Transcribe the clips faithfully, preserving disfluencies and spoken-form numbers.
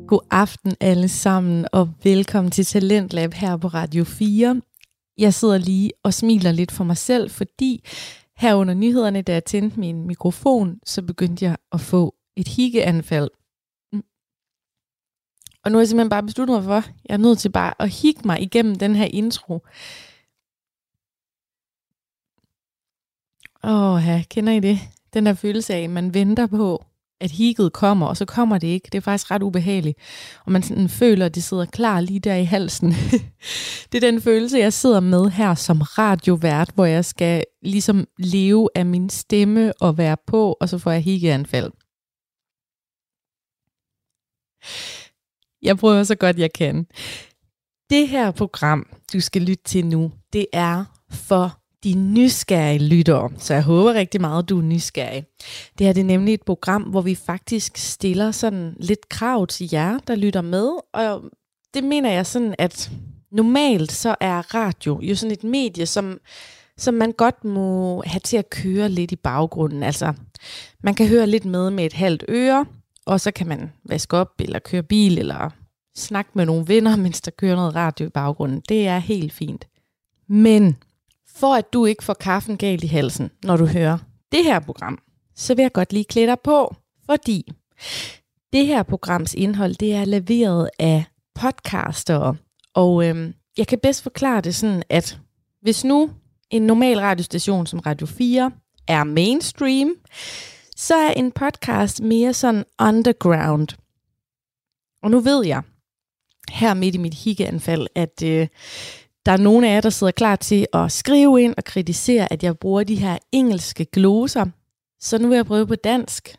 God aften alle sammen, og velkommen til Talentlab her på Radio fire. Jeg sidder lige og smiler lidt for mig selv, fordi her under nyhederne, da jeg tændte min mikrofon, så begyndte jeg at få et higgeanfald. Og nu har jeg simpelthen bare besluttet mig for, at jeg er nødt til bare at higge mig igennem den her intro. Åh, ja, kender I det? Den der følelse af, at man venter på, at higget kommer, og så kommer det ikke. Det er faktisk ret ubehageligt. Og man sådan føler, at det sidder klar lige der i halsen. Det er den følelse, jeg sidder med her som radiovært, hvor jeg skal ligesom leve af min stemme og være på, og så får jeg higgeanfald. Jeg prøver så godt jeg kan. Det her program, du skal lytte til nu, det er for de nysgerrige lyttere, så jeg håber rigtig meget, at du er nysgerrig. Det her det er nemlig et program, hvor vi faktisk stiller sådan lidt krav til jer, der lytter med, og det mener jeg sådan, at normalt så er radio jo sådan et medie, som, som man godt må have til at køre lidt i baggrunden. Altså, man kan høre lidt med med et halvt øre, og så kan man vaske op, eller køre bil, eller snakke med nogle venner, mens der kører noget radio i baggrunden. Det er helt fint. Men for at du ikke får kaffen galt i halsen, når du hører det her program, så vil jeg godt lige klæde dig på, fordi det her programs indhold, det er leveret af podcastere. Og øhm, jeg kan bedst forklare det sådan, at hvis nu en normal radiostation som Radio fire er mainstream, så er en podcast mere sådan underground. Og nu ved jeg, her midt i mit higgeanfald, at øh, der er nogle af jer, der sidder klar til at skrive ind og kritisere, at jeg bruger de her engelske gloser. Så nu vil jeg prøve på dansk.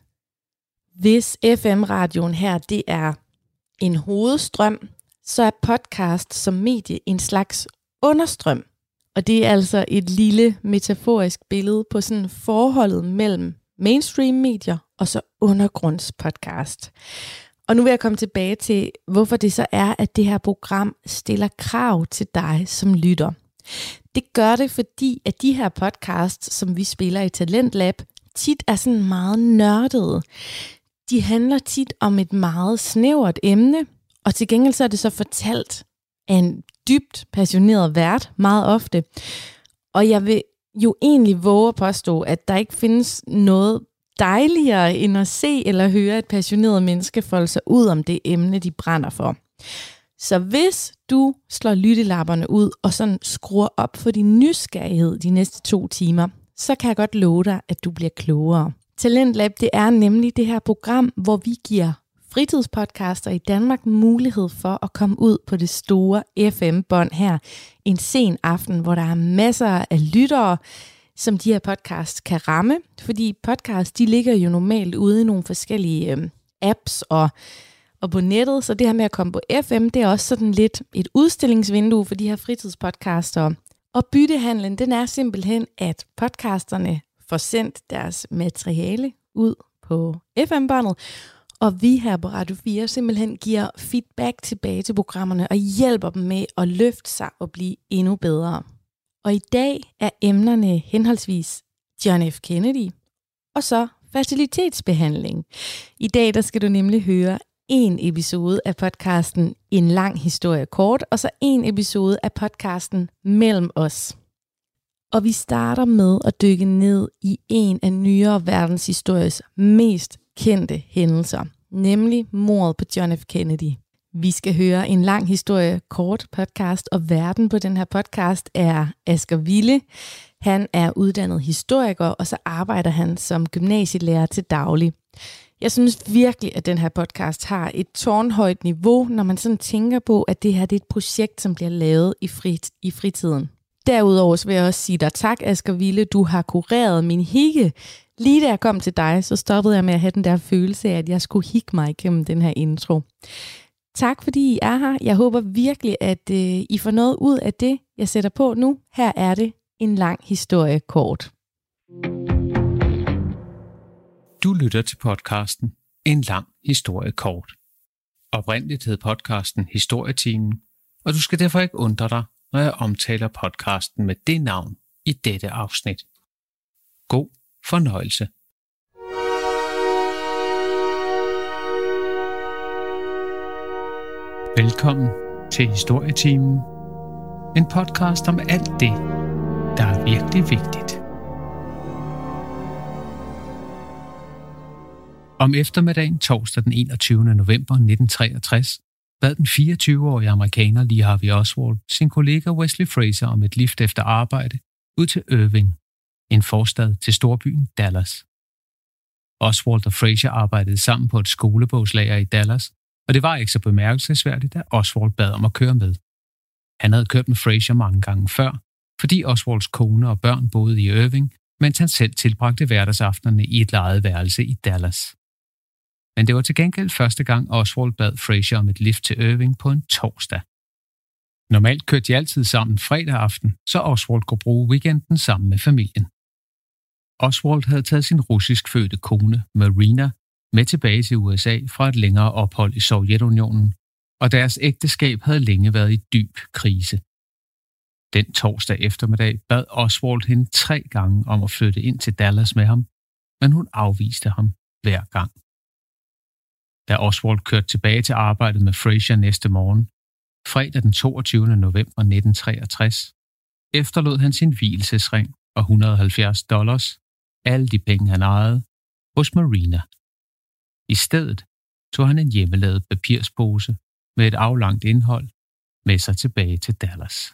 Hvis F M-radioen her, det er en hovedstrøm, så er podcast som medie en slags understrøm. Og det er altså et lille metaforisk billede på sådan forholdet mellem mainstream-medier og så undergrundspodcast. Og nu vil jeg komme tilbage til, hvorfor det så er, at det her program stiller krav til dig som lytter. Det gør det, fordi at de her podcasts, som vi spiller i Talentlab, tit er sådan meget nørdede. De handler tit om et meget snævert emne, og til gengæld så er det så fortalt af en dybt passioneret vært meget ofte. Og jeg vil jo egentlig våge at påstå, at der ikke findes noget dejligere end at se eller høre et passioneret menneske folde sig ud om det emne, de brænder for. Så hvis du slår lyttelapperne ud og sådan skruer op for din nysgerrighed de næste to timer, så kan jeg godt love dig, at du bliver klogere. Talentlab, det er nemlig det her program, hvor vi giver fritidspodcaster i Danmark mulighed for at komme ud på det store F M-bånd her en sen aften, hvor der er masser af lyttere, som de her podcasts kan ramme, fordi podcasts, de ligger jo normalt ude i nogle forskellige øh, apps og, og på nettet, så det her med at komme på F M, det er også sådan lidt et udstillingsvindue for de her fritidspodcaster. Og byttehandlen, den er simpelthen, at podcasterne får sendt deres materiale ud på F M-båndet, og vi her på Radio fire simpelthen giver feedback tilbage til programmerne og hjælper dem med at løfte sig og blive endnu bedre. Og i dag er emnerne henholdsvis John F. Kennedy og så fertilitetsbehandling. I dag der skal du nemlig høre en episode af podcasten En lang historie kort, og så en episode af podcasten Mellem os. Og vi starter med at dykke ned i en af nyere verdenshistories mest kendte hændelser, nemlig mordet på John F. Kennedy. Vi skal høre en lang historie kort podcast, og værten på den her podcast er Asger Wille. Han er uddannet historiker, og så arbejder han som gymnasielærer til daglig. Jeg synes virkelig, at den her podcast har et tårnhøjt niveau, når man sådan tænker på, at det her det er et projekt, som bliver lavet i, frit, i fritiden. Derudover så vil jeg også sige dig tak, Asger Wille. Du har kureret min higge. Lige da jeg kom til dig, så stoppede jeg med at have den der følelse af, at jeg skulle higge mig igennem den her intro. Tak fordi I er her. Jeg håber virkelig, at øh, I får noget ud af det, jeg sætter på nu. Her er det en lang historie kort. Du lytter til podcasten En lang historie kort. Oprindeligt hed podcasten Historietimen, og du skal derfor ikke undre dig, når jeg omtaler podcasten med det navn i dette afsnit. God Velkommen til Historietimen. En podcast om alt det, der er virkelig vigtigt. Om eftermiddagen torsdag den enogtyvende november nitten treogtres bad den fireogtyve-årige amerikaner Lee Harvey Oswald sin kollega Wesley Frazier om et lift efter arbejde ud til Irving, en forstad til storbyen Dallas. Oswald og Frazier arbejdede sammen på et skolebogslager i Dallas, og det var ikke så bemærkelsesværdigt, at Oswald bad om at køre med. Han havde kørt med Frazier mange gange før, fordi Oswalds kone og børn boede i Irving, mens han selv tilbragte hverdagsaftenerne i et lejet værelse i Dallas. Men det var til gengæld første gang, Oswald bad Frazier om et lift til Irving på en torsdag. Normalt kørte de altid sammen fredag aften, så Oswald kunne bruge weekenden sammen med familien. Oswald havde taget sin russisk fødte kone, Marina, med tilbage til U S A fra et længere ophold i Sovjetunionen, og deres ægteskab havde længe været i dyb krise. Den torsdag eftermiddag bad Oswald hende tre gange om at flytte ind til Dallas med ham, men hun afviste ham hver gang. Da Oswald kørte tilbage til arbejdet med Frazier næste morgen, fredag den toogtyvende november nitten treogtres, efterlod han sin vielsesring og et hundrede og halvfjerds dollars, alle de penge han ejede, hos Marina. I stedet tog han en hjemmelavet papirspose med et aflangt indhold med sig tilbage til Dallas.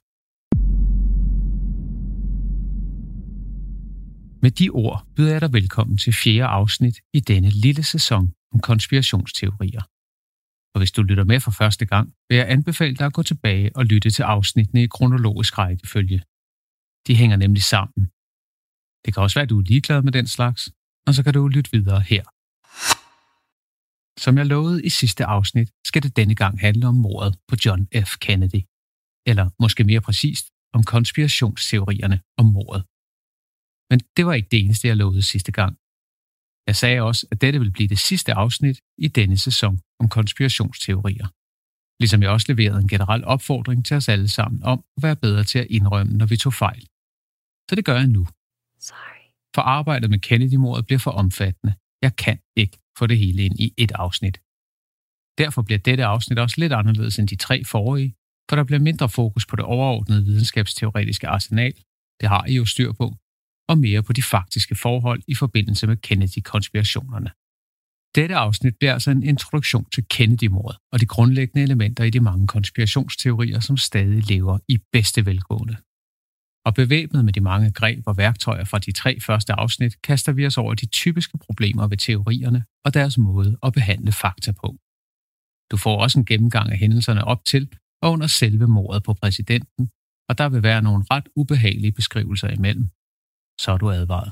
Med de ord byder jeg dig velkommen til fjerde afsnit i denne lille sæson om konspirationsteorier. Og hvis du lytter med for første gang, vil jeg anbefale dig at gå tilbage og lytte til afsnittene i kronologisk rækkefølge. De hænger nemlig sammen. Det kan også være, at du er ligeglad med den slags, og så kan du lytte videre her. Som jeg lovede i sidste afsnit, skal det denne gang handle om mordet på John F. Kennedy. Eller måske mere præcist, om konspirationsteorierne om mordet. Men det var ikke det eneste, jeg lovede sidste gang. Jeg sagde også, at dette vil blive det sidste afsnit i denne sæson om konspirationsteorier. Ligesom jeg også leverede en generel opfordring til os alle sammen om at være bedre til at indrømme, når vi tog fejl. Så det gør jeg nu. Sorry. For arbejdet med Kennedy-mordet bliver for omfattende. Jeg kan ikke få det hele ind i et afsnit. Derfor bliver dette afsnit også lidt anderledes end de tre forrige, for der bliver mindre fokus på det overordnede videnskabsteoretiske arsenal, det har I jo styr på, og mere på de faktiske forhold i forbindelse med Kennedy-konspirationerne. Dette afsnit bliver altså en introduktion til Kennedy-mordet og de grundlæggende elementer i de mange konspirationsteorier, som stadig lever i bedste velgående. Og bevæbnet med de mange greb og værktøjer fra de tre første afsnit, kaster vi os over de typiske problemer ved teorierne og deres måde at behandle fakta på. Du får også en gennemgang af hændelserne op til og under selve mordet på præsidenten, og der vil være nogle ret ubehagelige beskrivelser imellem. Så er du advaret.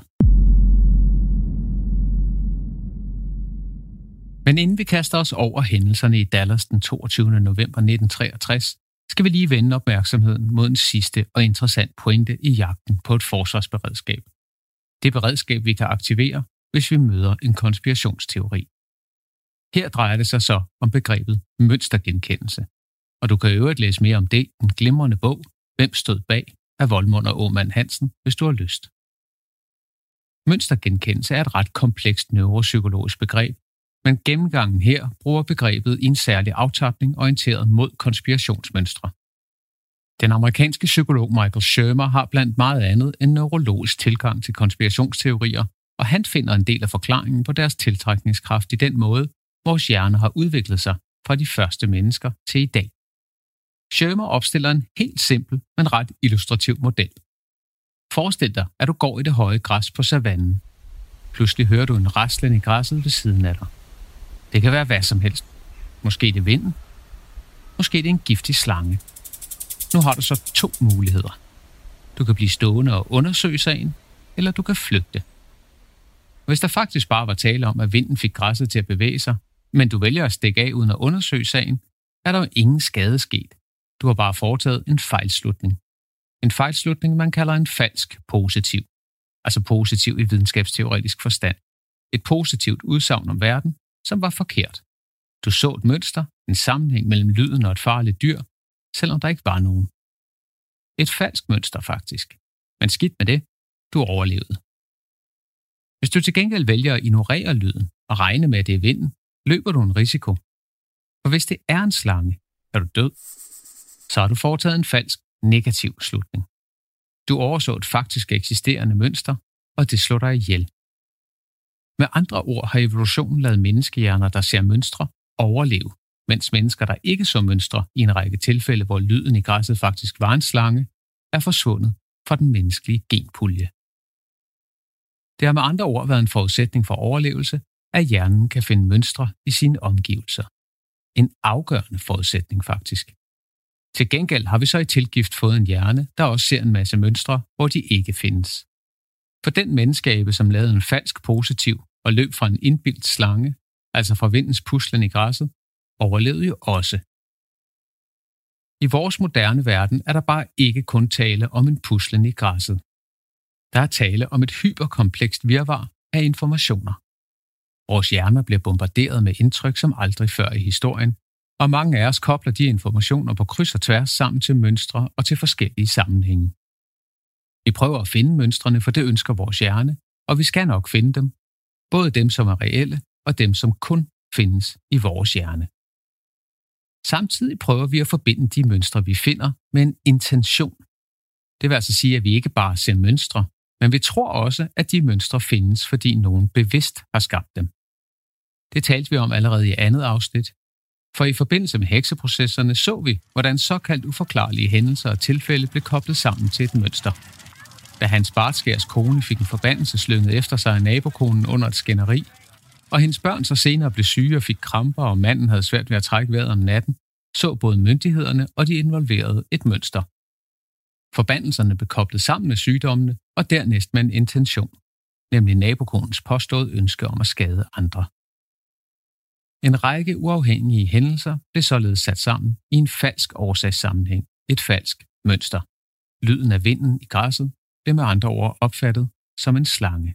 Men inden vi kaster os over hændelserne i Dallas den toogtyvende november nitten treogtres, skal vi lige vende opmærksomheden mod en sidste og interessant pointe i jagten på et forsvarsberedskab. Det beredskab, vi kan aktivere, hvis vi møder en konspirationsteori. Her drejer det sig så om begrebet mønstergenkendelse, og du kan i øvrigt læse mere om det i den glimrende bog, Hvem stod bag, af Voldmund og Aamand Hansen, hvis du har lyst. Mønstergenkendelse er et ret komplekst neuropsykologisk begreb, men gennemgangen her bruger begrebet i en særlig aftapning orienteret mod konspirationsmønstre. Den amerikanske psykolog Michael Shermer har blandt meget andet en neurologisk tilgang til konspirationsteorier, og han finder en del af forklaringen på deres tiltrækningskraft i den måde, vores hjerner har udviklet sig fra de første mennesker til i dag. Shermer opstiller en helt simpel, men ret illustrativ model. Forestil dig, at du går i det høje græs på savannen. Pludselig hører du en raslen i græsset ved siden af dig. Det kan være hvad som helst. Måske det er vinden. Måske det er en giftig slange. Nu har du så to muligheder. Du kan blive stående og undersøge sagen, eller du kan flygte. Hvis der faktisk bare var tale om, at vinden fik græsset til at bevæge sig, men du vælger at stikke af uden at undersøge sagen, er der jo ingen skade sket. Du har bare foretaget en fejlslutning. En fejlslutning, man kalder en falsk positiv. Altså positiv i videnskabsteoretisk forstand. Et positivt udsagn om verden, som var forkert. Du så et mønster, en sammenhæng mellem lyden og et farligt dyr, selvom der ikke var nogen. Et falsk mønster faktisk. Men skidt med det, du overlevede. Hvis du til gengæld vælger at ignorere lyden og regne med, at det er vinden, løber du en risiko. For hvis det er en slange, er du død. Så har du foretaget en falsk negativ slutning. Du overså et faktisk eksisterende mønster, og det slår dig ihjel. Med andre ord har evolutionen ladet menneskehjerner, der ser mønstre, overleve, mens mennesker, der ikke så mønstre i en række tilfælde, hvor lyden i græsset faktisk var en slange, er forsvundet fra den menneskelige genpulje. Det har med andre ord været en forudsætning for overlevelse, at hjernen kan finde mønstre i sine omgivelser. En afgørende forudsætning faktisk. Til gengæld har vi så i tilgift fået en hjerne, der også ser en masse mønstre, hvor de ikke findes. For den menneskeabe, som lavede en falsk positiv og løb fra en indbildt slange, altså fra vindens puslen i græsset, overlevede jo også. I vores moderne verden er der bare ikke kun tale om en puslen i græsset. Der er tale om et hyperkomplekst virvar af informationer. Vores hjerner bliver bombarderet med indtryk som aldrig før i historien, og mange af os kobler de informationer på kryds og tværs sammen til mønstre og til forskellige sammenhænge. Vi prøver at finde mønstrene, for det ønsker vores hjerne, og vi skal nok finde dem, både dem, som er reelle, og dem, som kun findes i vores hjerne. Samtidig prøver vi at forbinde de mønstre, vi finder, med en intention. Det vil altså sige, at vi ikke bare ser mønstre, men vi tror også, at de mønstre findes, fordi nogen bevidst har skabt dem. Det talte vi om allerede i andet afsnit, for i forbindelse med hekseprocesserne så vi, hvordan såkaldt uforklarlige hændelser og tilfælde blev koblet sammen til et mønster. Da Hans Bartskærs kone fik en forbandelse slynget efter sig af nabokonen under et skænderi, og hendes børn så senere blev syge og fik kramper, og manden havde svært ved at trække vejret om natten, så både myndighederne og de involverede et mønster. Forbandelserne blev koblet sammen med sygdommene, og dernæst med en intention, nemlig nabokonens påståede ønske om at skade andre. En række uafhængige hændelser blev således sat sammen i en falsk årsagssammenhæng, et falsk mønster. Lyden af vinden i græsset blev med andre ord opfattet som en slange.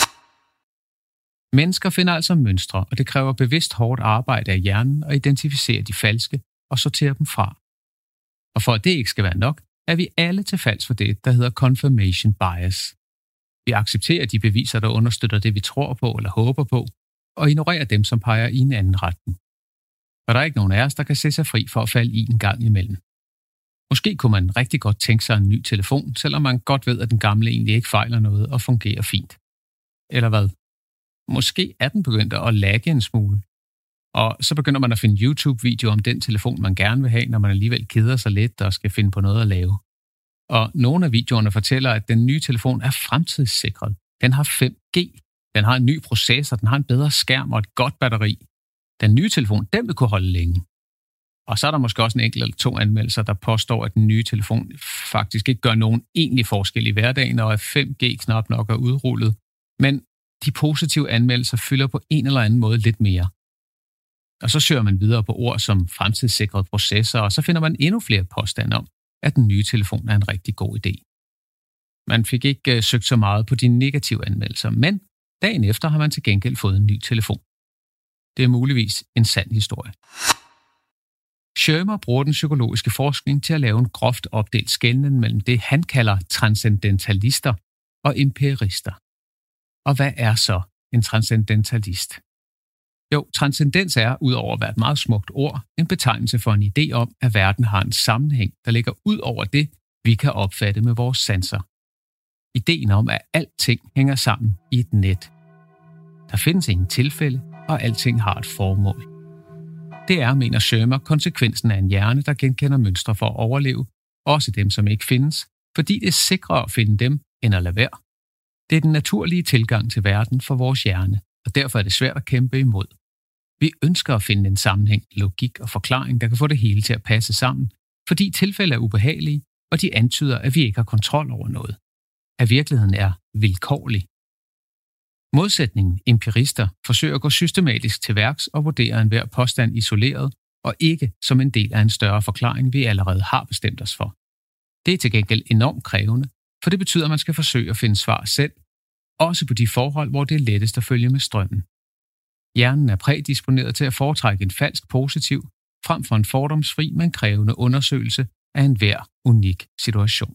Mennesker finder altså mønstre, og det kræver bevidst hårdt arbejde af hjernen at identificere de falske og sortere dem fra. Og for at det ikke skal være nok, er vi alle til falsk for det, der hedder confirmation bias. Vi accepterer de beviser, der understøtter det, vi tror på eller håber på, og ignorerer dem, som peger i en anden retning. Og der er ikke nogen af os, der kan se sig fri for at falde i en gang imellem. Måske kunne man rigtig godt tænke sig en ny telefon, selvom man godt ved, at den gamle egentlig ikke fejler noget og fungerer fint. Eller hvad? Måske er den begyndt at lagge en smule. Og så begynder man at finde YouTube-videoer om den telefon, man gerne vil have, når man alligevel keder sig lidt og skal finde på noget at lave. Og nogle af videoerne fortæller, at den nye telefon er fremtidssikret. Den har fem G. Den har en ny processor, den har en bedre skærm og et godt batteri. Den nye telefon, den vil kunne holde længe. Og så er der måske også en enkelt eller to anmeldelser, der påstår, at den nye telefon faktisk ikke gør nogen egentlig forskel i hverdagen, og at fem G knap nok er udrullet. Men de positive anmeldelser fylder på en eller anden måde lidt mere. Og så søger man videre på ord som fremtidssikret processor, og så finder man endnu flere påstande om, at den nye telefon er en rigtig god idé. Man fik ikke uh, søgt så meget på de negative anmeldelser, men dagen efter har man til gengæld fået en ny telefon. Det er muligvis en sand historie. Schirmer bruger den psykologiske forskning til at lave en groft opdelt skelnen mellem det, han kalder transcendentalister og empirister. Og hvad er så en transcendentalist? Jo, transcendens er, udover at være et meget smukt ord, en betegnelse for en idé om, at verden har en sammenhæng, der ligger ud over det, vi kan opfatte med vores sanser. Ideen om, at alting hænger sammen i et net. Der findes ingen tilfælde, og alting har et formål. Det er, mener Schirmer, konsekvensen af en hjerne, der genkender mønstre for at overleve, også dem, som ikke findes, fordi det er sikrere at finde dem, end at lade være. Det er den naturlige tilgang til verden for vores hjerne, og derfor er det svært at kæmpe imod. Vi ønsker at finde en sammenhæng, logik og forklaring, der kan få det hele til at passe sammen, fordi tilfælde er ubehagelige, og de antyder, at vi ikke har kontrol over noget. At virkeligheden er vilkårlig. Modsætningen, empirister, forsøger at gå systematisk til værks og vurdere enhver påstand isoleret, og ikke som en del af en større forklaring, vi allerede har bestemt os for. Det er til gengæld enormt krævende, for det betyder, at man skal forsøge at finde svar selv, også på de forhold, hvor det er lettest at følge med strømmen. Hjernen er prædisponeret til at foretrække en falsk positiv, frem for en fordomsfri, men krævende undersøgelse af enhver unik situation.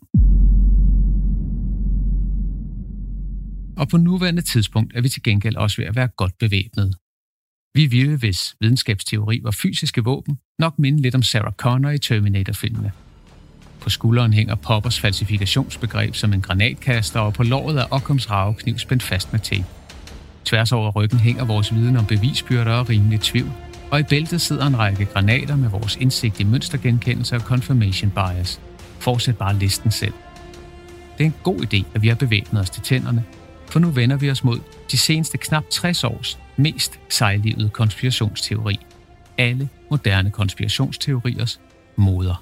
Og på nuværende tidspunkt er vi til gengæld også ved at være godt bevæbnet. Vi ville, hvis videnskabsteori var fysiske våben, nok minde lidt om Sarah Connor i Terminator-filmene. På skulderen hænger Poppers falsifikationsbegreb som en granatkaster, og på låret er Occams ravekniv spændt fast med tape. Tværs over ryggen hænger vores viden om bevisbyrder og rimelig tvivl, og i bæltet sidder en række granater med vores indsigt i mønstergenkendelse og confirmation bias. Fortsæt bare listen selv. Det er en god idé, at vi har bevæbnet os til tænderne, for nu vender vi os mod de seneste knap tres års mest sejlivede konspirationsteori. Alle moderne konspirationsteoriers moder.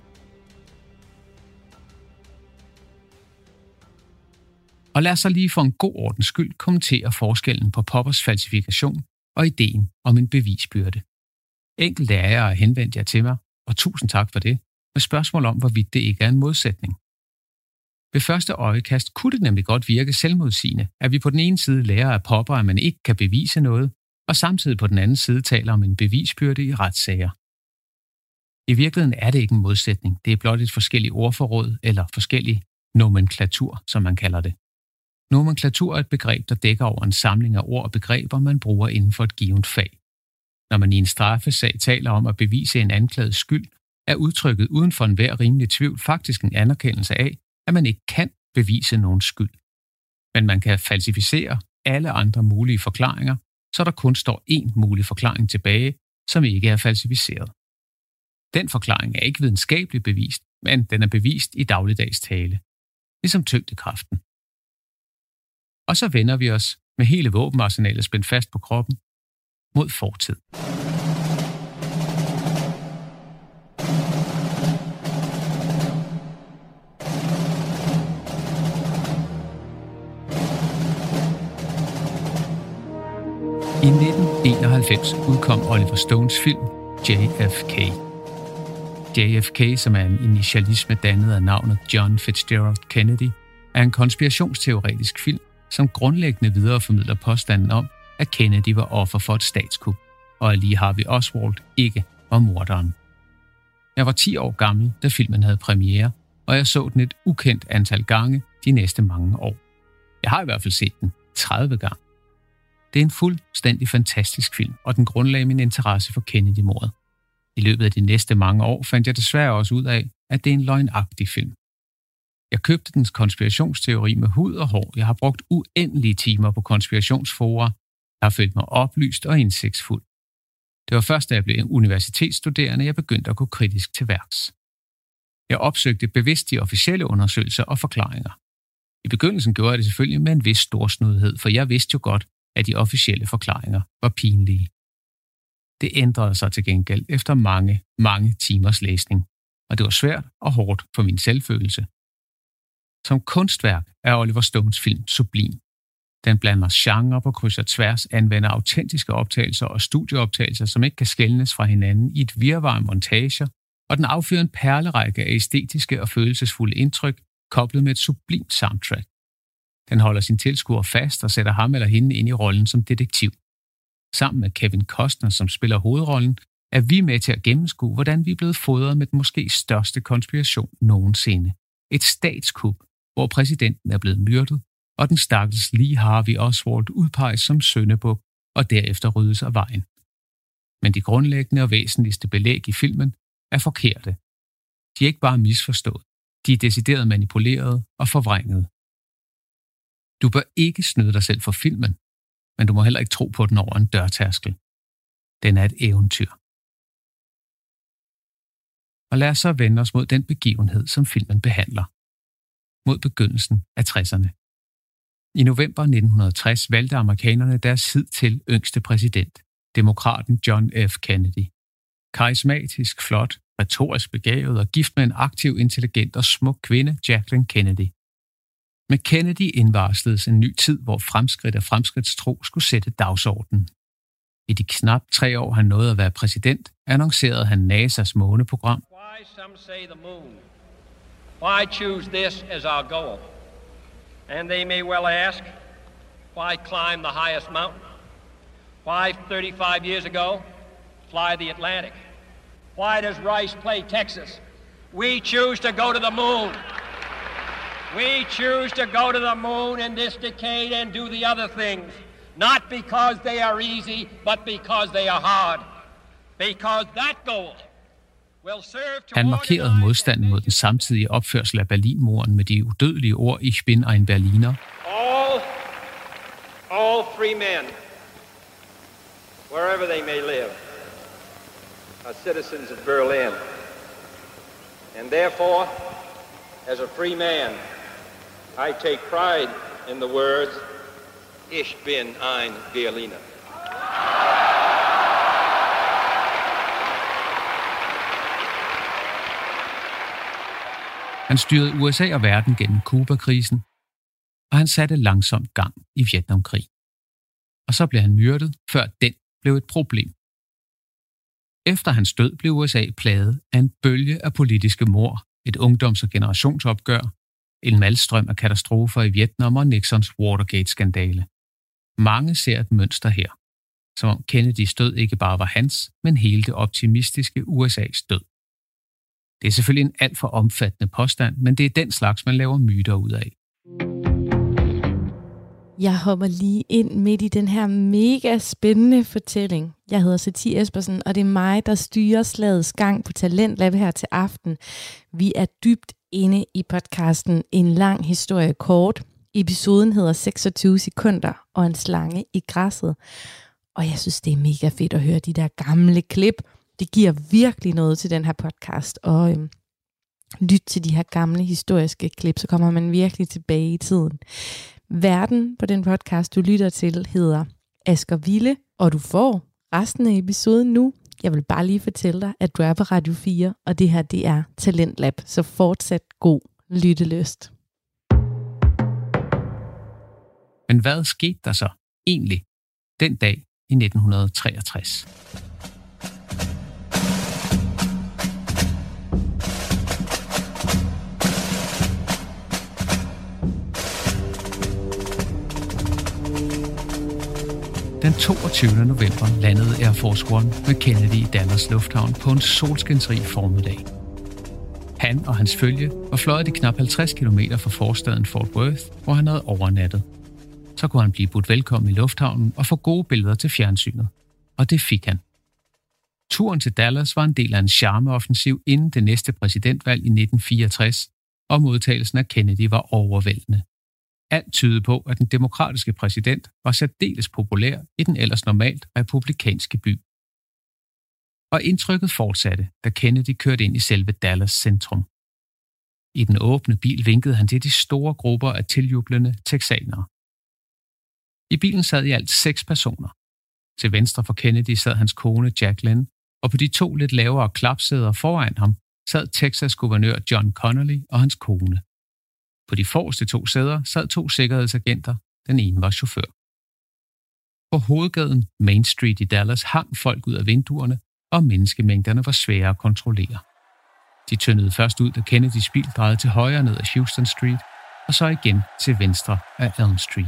Og lad os så lige for en god ordens skyld kommentere forskellen på Poppers falsifikation og ideen om en bevisbyrde. Enkelte af jer har henvendt jer til mig, og tusind tak for det, med spørgsmål om, hvorvidt det ikke er en modsætning. Ved første øjekast kunne det nemlig godt virke selvmodsigende, at vi på den ene side lærer af Popper, at man ikke kan bevise noget, og samtidig på den anden side taler om en bevisbyrde i retssager. I virkeligheden er det ikke en modsætning, det er blot et forskelligt ordforråd eller forskellig nomenklatur, som man kalder det. Nomenklatur er et begreb, der dækker over en samling af ord og begreber, man bruger inden for et givet fag. Når man i en straffesag taler om at bevise en anklaget skyld, er udtrykket uden for enhver rimelig tvivl faktisk en anerkendelse af, at man ikke kan bevise nogen skyld. Men man kan falsificere alle andre mulige forklaringer, så der kun står én mulig forklaring tilbage, som ikke er falsificeret. Den forklaring er ikke videnskabeligt bevist, men den er bevist i dagligdags tale, ligesom tyngdekraften. Og så vender vi os med hele våbenarsenalet spændt fast på kroppen mod fortid. I nitten enoghalvfems udkom Oliver Stones film J F K. J F K, som er en initialisme dannet af navnet John Fitzgerald Kennedy, er en konspirationsteoretisk film, som grundlæggende videreformidler påstanden om, at Kennedy var offer for et statskup, og at Lee Harvey Oswald ikke var morderen. Jeg var ti år gammel, da filmen havde premiere, og jeg så den et ukendt antal gange de næste mange år. Jeg har i hvert fald set den tredive gange. Det er en fuldstændig fantastisk film, og den grundlagde min interesse for Kennedy-mordet. I løbet af de næste mange år fandt jeg desværre også ud af, at det er en løgnagtig film. Jeg købte dens konspirationsteori med hud og hår. Jeg har brugt uendelige timer på konspirationsfora. Jeg har følt mig oplyst og indsigtsfuld. Det var først, da jeg blev universitetsstuderende, jeg begyndte at gå kritisk til værks. Jeg opsøgte bevidst de officielle undersøgelser og forklaringer. I begyndelsen gjorde jeg det selvfølgelig med en vis storsnudighed, for jeg vidste jo godt, at de officielle forklaringer var pinlige. Det ændrede sig til gengæld efter mange, mange timers læsning, og det var svært og hårdt for min selvfølelse. Som kunstværk er Oliver Stones film sublim. Den blander genre på kryds og tværs, anvender autentiske optagelser og studieoptagelser, som ikke kan skelnes fra hinanden i et virvar af montager, og den affører en perlerække af æstetiske og følelsesfulde indtryk, koblet med et sublimt soundtrack. Den holder sin tilskuer fast og sætter ham eller hende ind i rollen som detektiv. Sammen med Kevin Costner, som spiller hovedrollen, er vi med til at gennemskue, hvordan vi er blevet fodret med den måske største konspiration nogensinde. Et statskup, hvor præsidenten er blevet myrdet, og den stakkels Lee Harvey Oswald udpeges som syndebuk og derefter ryddes af vejen. Men de grundlæggende og væsentligste belæg i filmen er forkerte. De er ikke bare misforstået, de er decideret manipuleret og forvrænget. Du bør ikke snyde dig selv for filmen, men du må heller ikke tro på den over en dørtærskel. Den er et eventyr. Og lad os så vende os mod den begivenhed, som filmen behandler. Mod begyndelsen af tresserne. I november nitten tres valgte amerikanerne deres hidtil yngste præsident, demokraten John F. Kennedy. Karismatisk, flot, retorisk begavet og gift med en aktiv, intelligent og smuk kvinde, Jacqueline Kennedy. Med Kennedy indvarsledes en ny tid, hvor fremskridt og fremskridtstro skulle sætte dagsordenen. I de knap tre år han nåede at være præsident, annoncerede han NASA's måneprogram. Why some say the moon? Why choose this as our goal? And they may well ask, why climb the highest mountain? Why thirty-five years ago fly the Atlantic? Why does Rice play Texas? We choose to go to the moon. We choose to go to the moon in this decade and do the other things Not because they are easy, but because they are hard. Because that goal will serve to Han markerede modstanden mod den samtidige opførsel af Berlinmuren med de udødelige ord Ich bin ein Berliner. All, all free men, wherever they may live, are citizens of Berlin. And therefore, as a free man, I take pride in the words Ich bin ein Berliner. Han styrede U S A og verden gennem Cuba-krisen, og han satte langsomt gang i Vietnamkrigen. Og så blev han myrdet, før den blev et problem. Efter hans død blev U S A plaget af en bølge af politiske mord, et ungdoms- og generationsopgør, en malstrøm af katastrofer i Vietnam og Nixons Watergate-skandale. Mange ser et mønster her, som om Kennedys død ikke bare var hans, men hele det optimistiske U S A's død. Det er selvfølgelig en alt for omfattende påstand, men det er den slags, man laver myter ud af. Jeg hopper lige ind midt i den her mega spændende fortælling. Jeg hedder Satie Espersen, og det er mig, der styrer slagets gang på Talentlab her til aften. Vi er dybt inde i podcasten En lang historie kort. Episoden hedder seksogtyve sekunder og en slange i græsset. Og jeg synes, det er mega fedt at høre de der gamle klip. Det giver virkelig noget til den her podcast. Og øhm, lyt til de her gamle historiske klip, så kommer man virkelig tilbage i tiden. Verden på den podcast, du lytter til, hedder Asger Ville, og du får resten af episoden nu. Jeg vil bare lige fortælle dig, at du er på Radio fire, og det her, det er Talentlab, så fortsat god lyttelyst. Men hvad skete der så egentlig den dag i nitten treogtres? Den toogtyvende november landede Air Force One med Kennedy i Dallas Lufthavn på en solskinsrig formiddag. Han og hans følge var fløjet de knap halvtreds kilometer fra forstaden Fort Worth, hvor han havde overnattet. Så kunne han blive budt velkommen i lufthavnen og få gode billeder til fjernsynet. Og det fik han. Turen til Dallas var en del af en charmeoffensiv inden det næste præsidentvalg i nitten fireogtres, og modtagelsen af Kennedy var overvældende. Alt tydede på, at den demokratiske præsident var særdeles populær i den ellers normalt republikanske by. Og indtrykket fortsatte, da Kennedy kørte ind i selve Dallas centrum. I den åbne bil vinkede han til de store grupper af tiljublende texanere. I bilen sad i alt seks personer. Til venstre for Kennedy sad hans kone Jacqueline, og på de to lidt lavere klapsæder foran ham sad Texas guvernør John Connally og hans kone. På de forreste to sæder sad to sikkerhedsagenter. Den ene var chauffør. På hovedgaden Main Street i Dallas hang folk ud af vinduerne, og menneskemængderne var svære at kontrollere. De tyndede først ud, da Kennedys bil drejede til højre ned ad Houston Street, og så igen til venstre af Elm Street.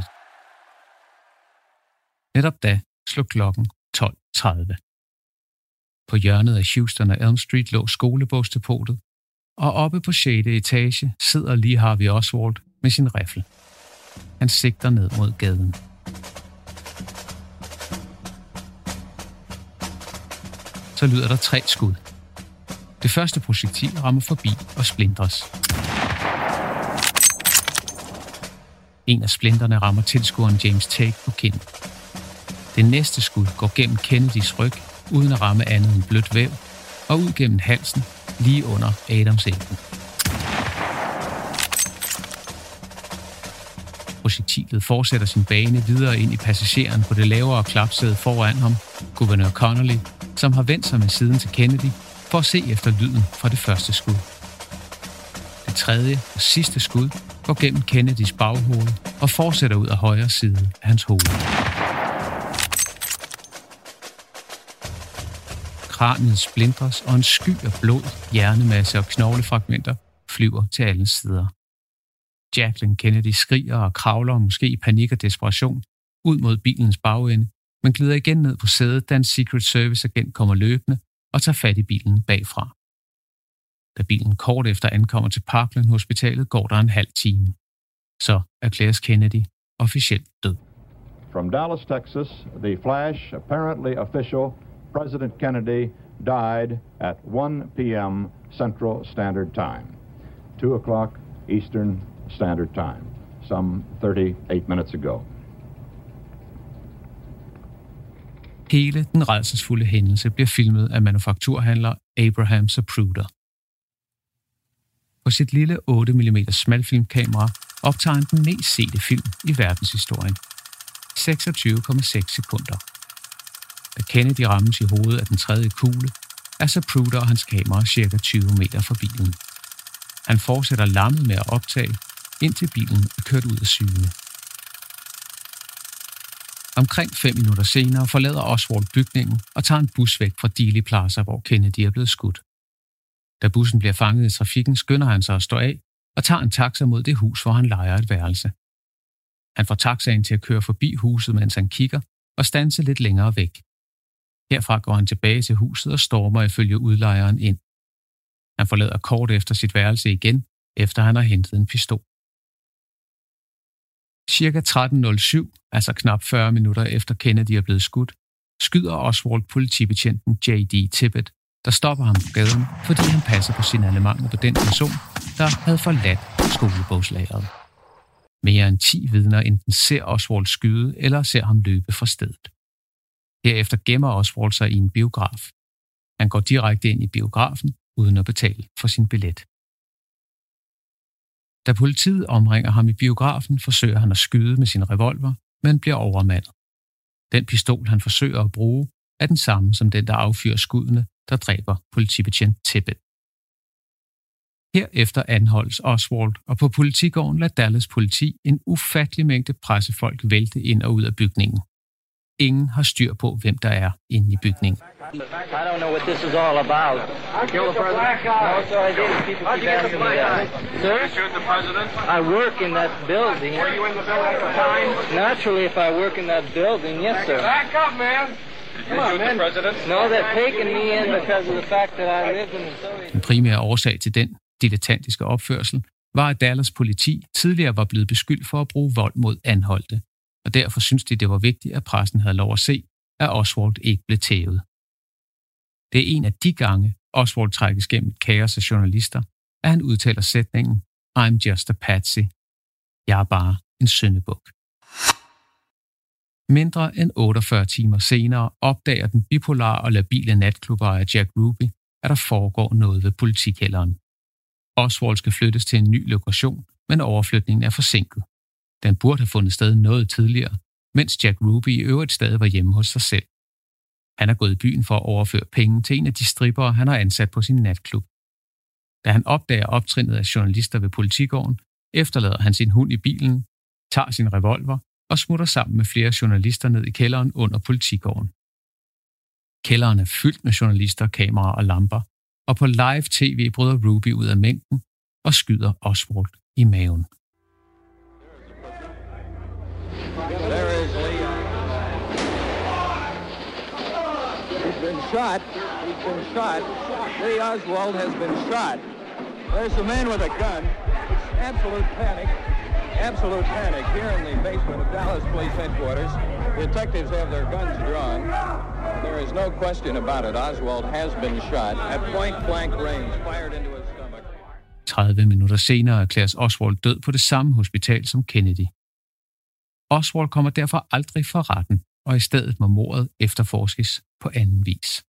Netop da slog klokken tolv tredive. På hjørnet af Houston og Elm Street lå skolebogsdepotet, og oppe på sjette etage sidder Lee Harvey Oswald med sin riffel. Han sigter ned mod gaden. Så lyder der tre skud. Det første projektil rammer forbi og splintres. En af splinterne rammer tilskueren James Tate på kinden. Det næste skud går gennem Kennedys ryg, uden at ramme andet end blødt væv, og ud gennem halsen, lige under Adamsæblen. Projektilet fortsætter sin bane videre ind i passageren på det lavere klapsæde foran ham, guvernør Connally, som har vendt sig med siden til Kennedy for at se efter lyden fra det første skud. Det tredje og sidste skud går gennem Kennedys baghoved og fortsætter ud af højre side af hans hoved. Kraniet splindres, og en sky af blod, hjernemasse og knoglefragmenter flyver til alle sider. Jacqueline Kennedy skriger og kravler, måske i panik og desperation, ud mod bilens bagende, men glider igen ned på sædet, da en Secret Service-agent kommer løbende og tager fat i bilen bagfra. Da bilen kort efter ankommer til Parkland Hospitalet, går der en halv time. Så erklæres Kennedy officielt død. from Dallas, Texas, the flash, apparently official, President Kennedy died at one p.m. Central Standard Time, two o'clock Eastern Standard Time, some thirty-eight minutes ago. Hele den rædselsfulde hændelse bliver filmet af manufakturhandler Abraham Zapruder. På sit lille otte millimeter smalfilmkamera optager han den mest sete film i verdenshistorien. seksogtyve komma seks sekunder. Da Kennedy rammes i hovedet af den tredje kugle, er Zapruder og hans kamera cirka tyve meter fra bilen. Han fortsætter lammet med at optage, indtil bilen er kørt ud af syne. Omkring fem minutter senere forlader Oswald bygningen og tager en bus væk fra Dealey Plaza, hvor Kennedy er blevet skudt. Da bussen bliver fanget i trafikken, skynder han sig at stå af og tager en taxa mod det hus, hvor han lejer et værelse. Han får taxaen til at køre forbi huset, mens han kigger og standser lidt længere væk. Herfra går han tilbage til huset og stormer ifølge udlejeren ind. Han forlader kort efter sit værelse igen, efter han har hentet en pistol. Cirka tretten nul syv, altså knap fyrre minutter efter Kennedy er blevet skudt, skyder Oswald politibetjenten J D Tippett, der stopper ham på gaden, fordi han passer på signalementet på den person, der havde forladt skolebogslageret. Mere end ti vidner enten ser Oswald skyde eller ser ham løbe fra stedet. Herefter gemmer Oswald sig i en biograf. Han går direkte ind i biografen, uden at betale for sin billet. Da politiet omringer ham i biografen, forsøger han at skyde med sin revolver, men bliver overmandet. Den pistol, han forsøger at bruge, er den samme som den, der affyrer skuddene, der dræber politibetjent Tippett. Herefter anholdes Oswald, og på politigården lader Dallas politi en ufattelig mængde pressefolk vælte ind og ud af bygningen. Ingen har styr på, hvem der er inde i bygningen. I don't know what this is all about. You killed the president? No, sir, I didn't. People How'd keep you get the asking me flag? that. Sir? You shoot the president? I work in that building. Were you in the building at the time? Naturally, if I work in that building, yes, sir. Back up, man! Did you shoot the president? No, they're taking me in because of the fact that I lived in the Soviet. Den primære årsag til den dilettantiske opførsel var, at Dallas politi tidligere var blevet beskyldt for at bruge vold mod anholdte, og derfor syntes de, det var vigtigt, at pressen havde lov at se, at Oswald ikke blev tævet. Det er en af de gange, Oswald trækkes gennem et kaos af journalister, at han udtaler sætningen, I'm just a patsy. Jeg er bare en syndebuk. Mindre end otteogfyrre timer senere opdager den bipolare og labile natklubbejer Jack Ruby, at der foregår noget ved politikælderen. Oswald skal flyttes til en ny lokation, men overflytningen er forsinket. Den burde have fundet sted noget tidligere, mens Jack Ruby i øvrigt stadig var hjemme hos sig selv. Han er gået i byen for at overføre penge til en af de strippere, han har ansat på sin natklub. Da han opdager optrinnet af journalister ved politigården, efterlader han sin hund i bilen, tager sin revolver og smutter sammen med flere journalister ned i kælderen under politigården. Kælderen er fyldt med journalister, kameraer og lamper, og på live tv bryder Ruby ud af mængden og skyder Oswald i maven. He's been shot. He's been shot. Lee Oswald has been shot. There's a man with a gun. It's absolute panic. Absolute panic here in the basement of Dallas Police Headquarters. Detectives have their guns drawn. There is no question about it. Oswald has been shot at point-blank range, fired into his stomach. tredive minutter senere erklæres Oswald død på det samme hospital som Kennedy. Oswald kommer derfor aldrig for retten, og i stedet må mordet efterforskes på anden vis.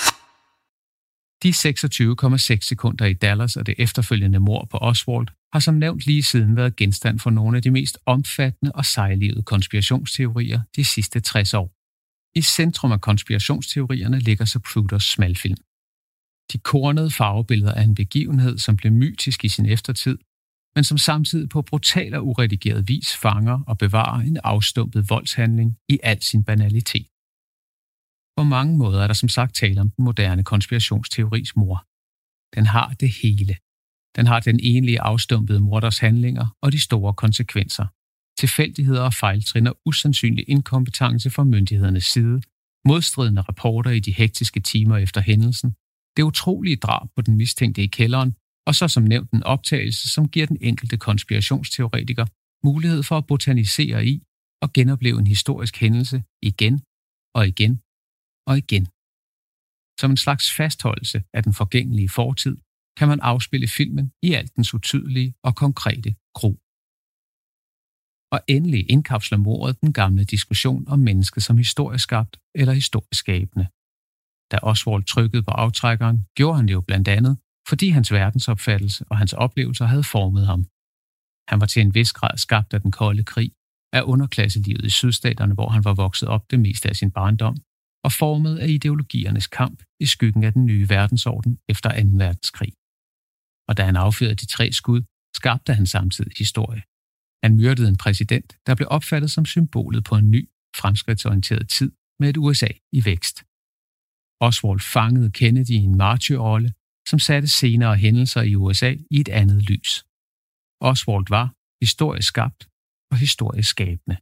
De seksogtyve komma seks sekunder i Dallas og det efterfølgende mord på Oswald har som nævnt lige siden været genstand for nogle af de mest omfattende og sejlivede konspirationsteorier de sidste tres år. I centrum af konspirationsteorierne ligger Zapruders smalfilm. De kornede farvebilleder af en begivenhed, som blev mytisk i sin eftertid, men som samtidig på brutal og uredigeret vis fanger og bevarer en afstumpet voldshandling i al sin banalitet. På mange måder er der som sagt tale om den moderne konspirationsteoris mor. Den har det hele. Den har den egentlige afstumpede morders handlinger og de store konsekvenser. Tilfældigheder og fejltrin og usandsynlig inkompetence fra myndighedernes side, modstridende rapporter i de hektiske timer efter hændelsen, det utrolige drab på den mistænkte i kælderen, og så som nævnt en optagelse, som giver den enkelte konspirationsteoretiker mulighed for at botanisere i og genopleve en historisk hændelse igen og igen og igen. Som en slags fastholdelse af den forgængelige fortid, kan man afspille filmen i alt dens utydelige og konkrete gru. Og endelig indkapsler mordet den gamle diskussion om mennesket som historieskabt eller historieskabende. Da Oswald trykkede på aftrækkeren, gjorde han det jo blandt andet, fordi hans verdensopfattelse og hans oplevelser havde formet ham. Han var til en vis grad skabt af den kolde krig, af underklasselivet i sydstaterne, hvor han var vokset op det meste af sin barndom, og formet af ideologiernes kamp i skyggen af den nye verdensorden efter anden verdenskrig. Og da han affyrede de tre skud, skabte han samtidig historie. Han myrdede en præsident, der blev opfattet som symbolet på en ny, fremskridtsorienteret tid med et U S A i vækst. Oswald fangede Kennedy i en martyrrolle, som satte senere hændelser i U S A i et andet lys. Oswald var historisk skabt og historisk skabende.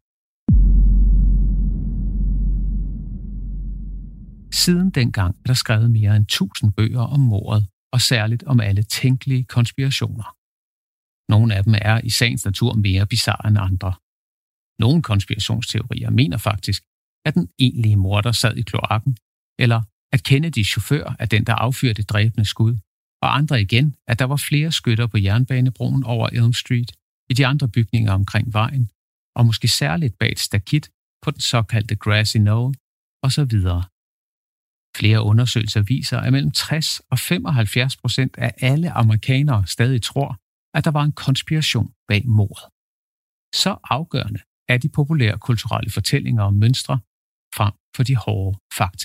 Siden dengang er der skrevet mere end tusind bøger om mordet, og særligt om alle tænkelige konspirationer. Nogle af dem er i sagens natur mere bizarre end andre. Nogle konspirationsteorier mener faktisk, at den egentlige morder sad i kloakken, eller at Kennedys chauffør er den, der affyrede dræbende skud, og andre igen, at der var flere skytter på jernbanebroen over Elm Street, i de andre bygninger omkring vejen, og måske særligt bag et stakit på den såkaldte Grassy Knoll, osv. Flere undersøgelser viser, at mellem tres og femoghalvfjerds procent af alle amerikanere stadig tror, at der var en konspiration bag mordet. Så afgørende er de populære kulturelle fortællinger om mønstre frem for de hårde fakta.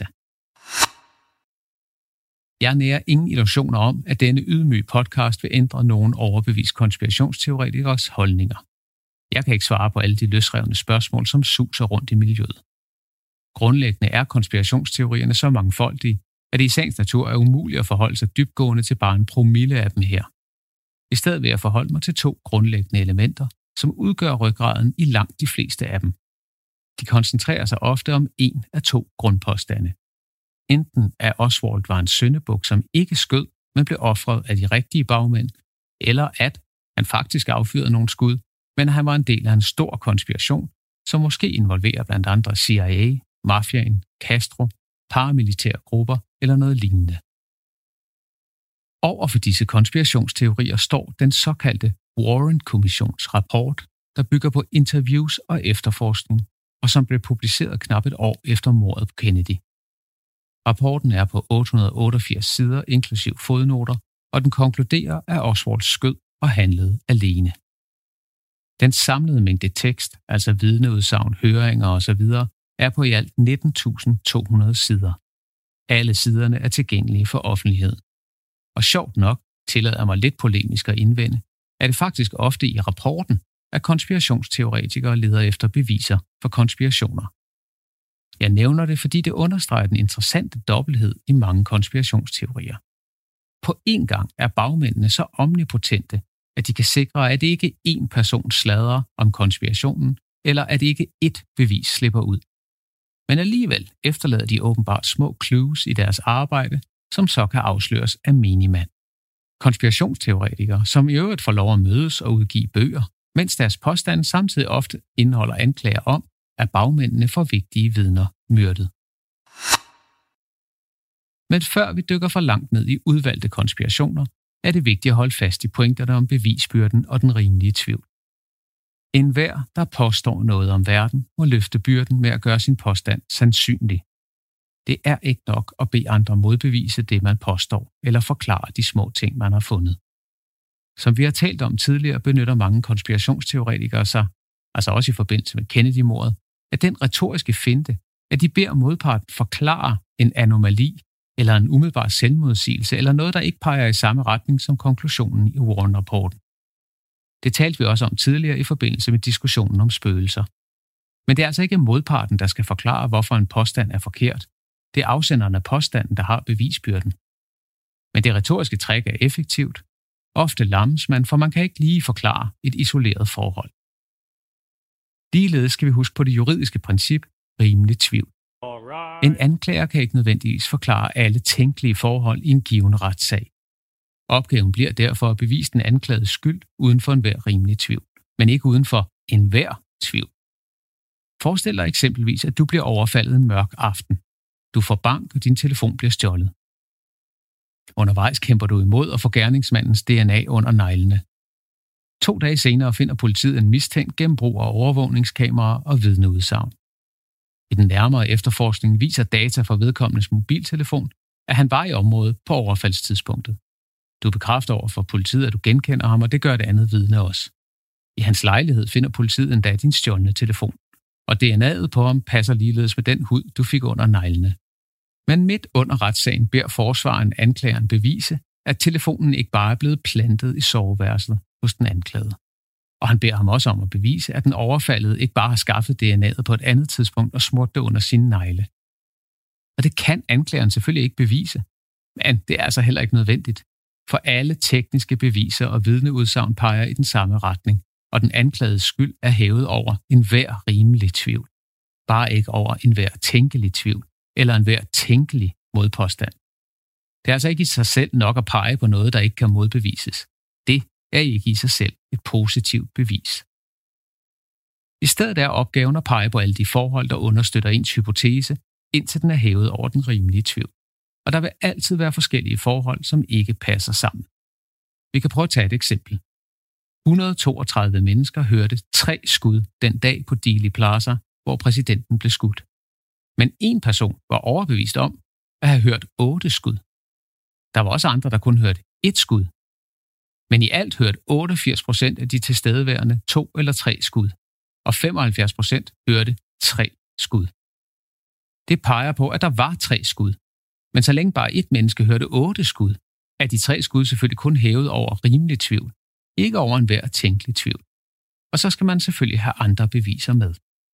Jeg nærer ingen illusioner om, at denne ydmyge podcast vil ændre nogen overbevist konspirationsteoretikers holdninger. Jeg kan ikke svare på alle de løsrevne spørgsmål, som suser rundt i miljøet. Grundlæggende er konspirationsteorierne så mangfoldige, at det i sagens natur er umuligt at forholde sig dybtgående til bare en promille af dem her. I stedet vil jeg forholde mig til to grundlæggende elementer, som udgør ryggraden i langt de fleste af dem. De koncentrerer sig ofte om en af to grundpåstande. Enten at Oswald var en syndebuk, som ikke skød, men blev ofret af de rigtige bagmænd, eller at han faktisk affyrede nogle skud, men han var en del af en stor konspiration, som måske involverer blandt andre C I A, mafiaen, Castro, paramilitære grupper eller noget lignende. Over for disse konspirationsteorier står den såkaldte Warren-kommissions rapport, der bygger på interviews og efterforskning, og som blev publiceret knap et år efter mordet på Kennedy. Rapporten er på otte hundrede otteogfirs sider inklusiv fodnoter, og den konkluderer, at Oswald skød og handlede alene. Den samlede mængde tekst, altså vidneudsagn, høringer osv., er på i alt nitten tusind to hundrede sider. Alle siderne er tilgængelige for offentligheden. Og sjovt nok, tillader jeg mig lidt polemisk at indvende, er det faktisk ofte i rapporten, at konspirationsteoretikere leder efter beviser for konspirationer. Jeg nævner det, fordi det understreger den interessante dobbelthed i mange konspirationsteorier. På en gang er bagmændene så omnipotente, at de kan sikre, at det ikke er én person sladrer om konspirationen, eller at ikke ét bevis slipper ud. Men alligevel efterlader de åbenbart små clues i deres arbejde, som så kan afsløres af minimand. Konspirationsteoretikere, som i øvrigt får lov at mødes og udgive bøger, mens deres påstande samtidig ofte indeholder anklager om, at bagmændene får vigtige vidner myrdet. Men før vi dykker for langt ned i udvalgte konspirationer, er det vigtigt at holde fast i pointerne om bevisbyrden og den rimelige tvivl. Enhver, der påstår noget om verden, må løfte byrden med at gøre sin påstand sandsynlig. Det er ikke nok at bede andre modbevise det, man påstår, eller forklare de små ting, man har fundet. Som vi har talt om tidligere, benytter mange konspirationsteoretikere sig, altså også i forbindelse med Kennedy-mordet, at den retoriske finte, at de beder modparten forklare en anomali, eller en umiddelbar selvmodsigelse, eller noget, der ikke peger i samme retning som konklusionen i Warren-rapporten. Det talte vi også om tidligere i forbindelse med diskussionen om spøgelser. Men det er altså ikke modparten, der skal forklare, hvorfor en påstand er forkert. Det er afsenderen af påstanden, der har bevisbyrden. Men det retoriske træk er effektivt. Ofte lammes man, for man kan ikke lige forklare et isoleret forhold. Ligeledes skal vi huske på det juridiske princip, rimelig tvivl. En anklager kan ikke nødvendigvis forklare alle tænkelige forhold i en given retssag. Opgaven bliver derfor at bevise den anklagede skyld uden for enhver rimelig tvivl, men ikke uden for enhver tvivl. Forestil dig eksempelvis, at du bliver overfaldet en mørk aften. Du får bank, og din telefon bliver stjålet. Undervejs kæmper du imod og får gerningsmandens D N A under neglene. To dage senere finder politiet en mistænkt gennem brug af overvågningskameraer og vidneudsagn. I den nærmere efterforskning viser data fra vedkommendes mobiltelefon, at han var i området på overfaldstidspunktet. Du bekræfter over for politiet, at du genkender ham, og det gør det andet vidne også. I hans lejlighed finder politiet endda din stjålne telefon, og D N A'et på ham passer ligeledes med den hud, du fik under neglene. Men midt under retssagen beder forsvaren anklageren bevise, at telefonen ikke bare er blevet plantet i soveværelset hos den anklagede. Og han beder ham også om at bevise, at den overfaldede ikke bare har skaffet D N A'et på et andet tidspunkt og smurt det under sine negle. Og det kan anklageren selvfølgelig ikke bevise, men det er altså heller ikke nødvendigt, for alle tekniske beviser og vidneudsagn peger i den samme retning, og den anklagedes skyld er hævet over enhver rimelig tvivl. Bare ikke over enhver tænkelig tvivl, eller enhver tænkelig modpåstand. Det er altså ikke i sig selv nok at pege på noget, der ikke kan modbevises. Det er ikke i sig selv et positivt bevis. I stedet er opgaven at pege på alle de forhold, der understøtter ens hypotese, indtil den er hævet over den rimelige tvivl. Og der vil altid være forskellige forhold, som ikke passer sammen. Vi kan prøve at tage et eksempel. et hundrede og toogtredive mennesker hørte tre skud den dag på Dealey Plaza, hvor præsidenten blev skudt. Men en person var overbevist om at have hørt otte skud. Der var også andre, der kun hørte et skud. Men i alt hørte otteogfirs procent af de tilstedeværende to eller tre skud, og femoghalvfjerds procent hørte tre skud. Det peger på, at der var tre skud. Men så længe bare et menneske hørte otte skud, er de tre skud selvfølgelig kun hævet over rimelig tvivl, ikke over enhver tænkelig tvivl. Og så skal man selvfølgelig have andre beviser med.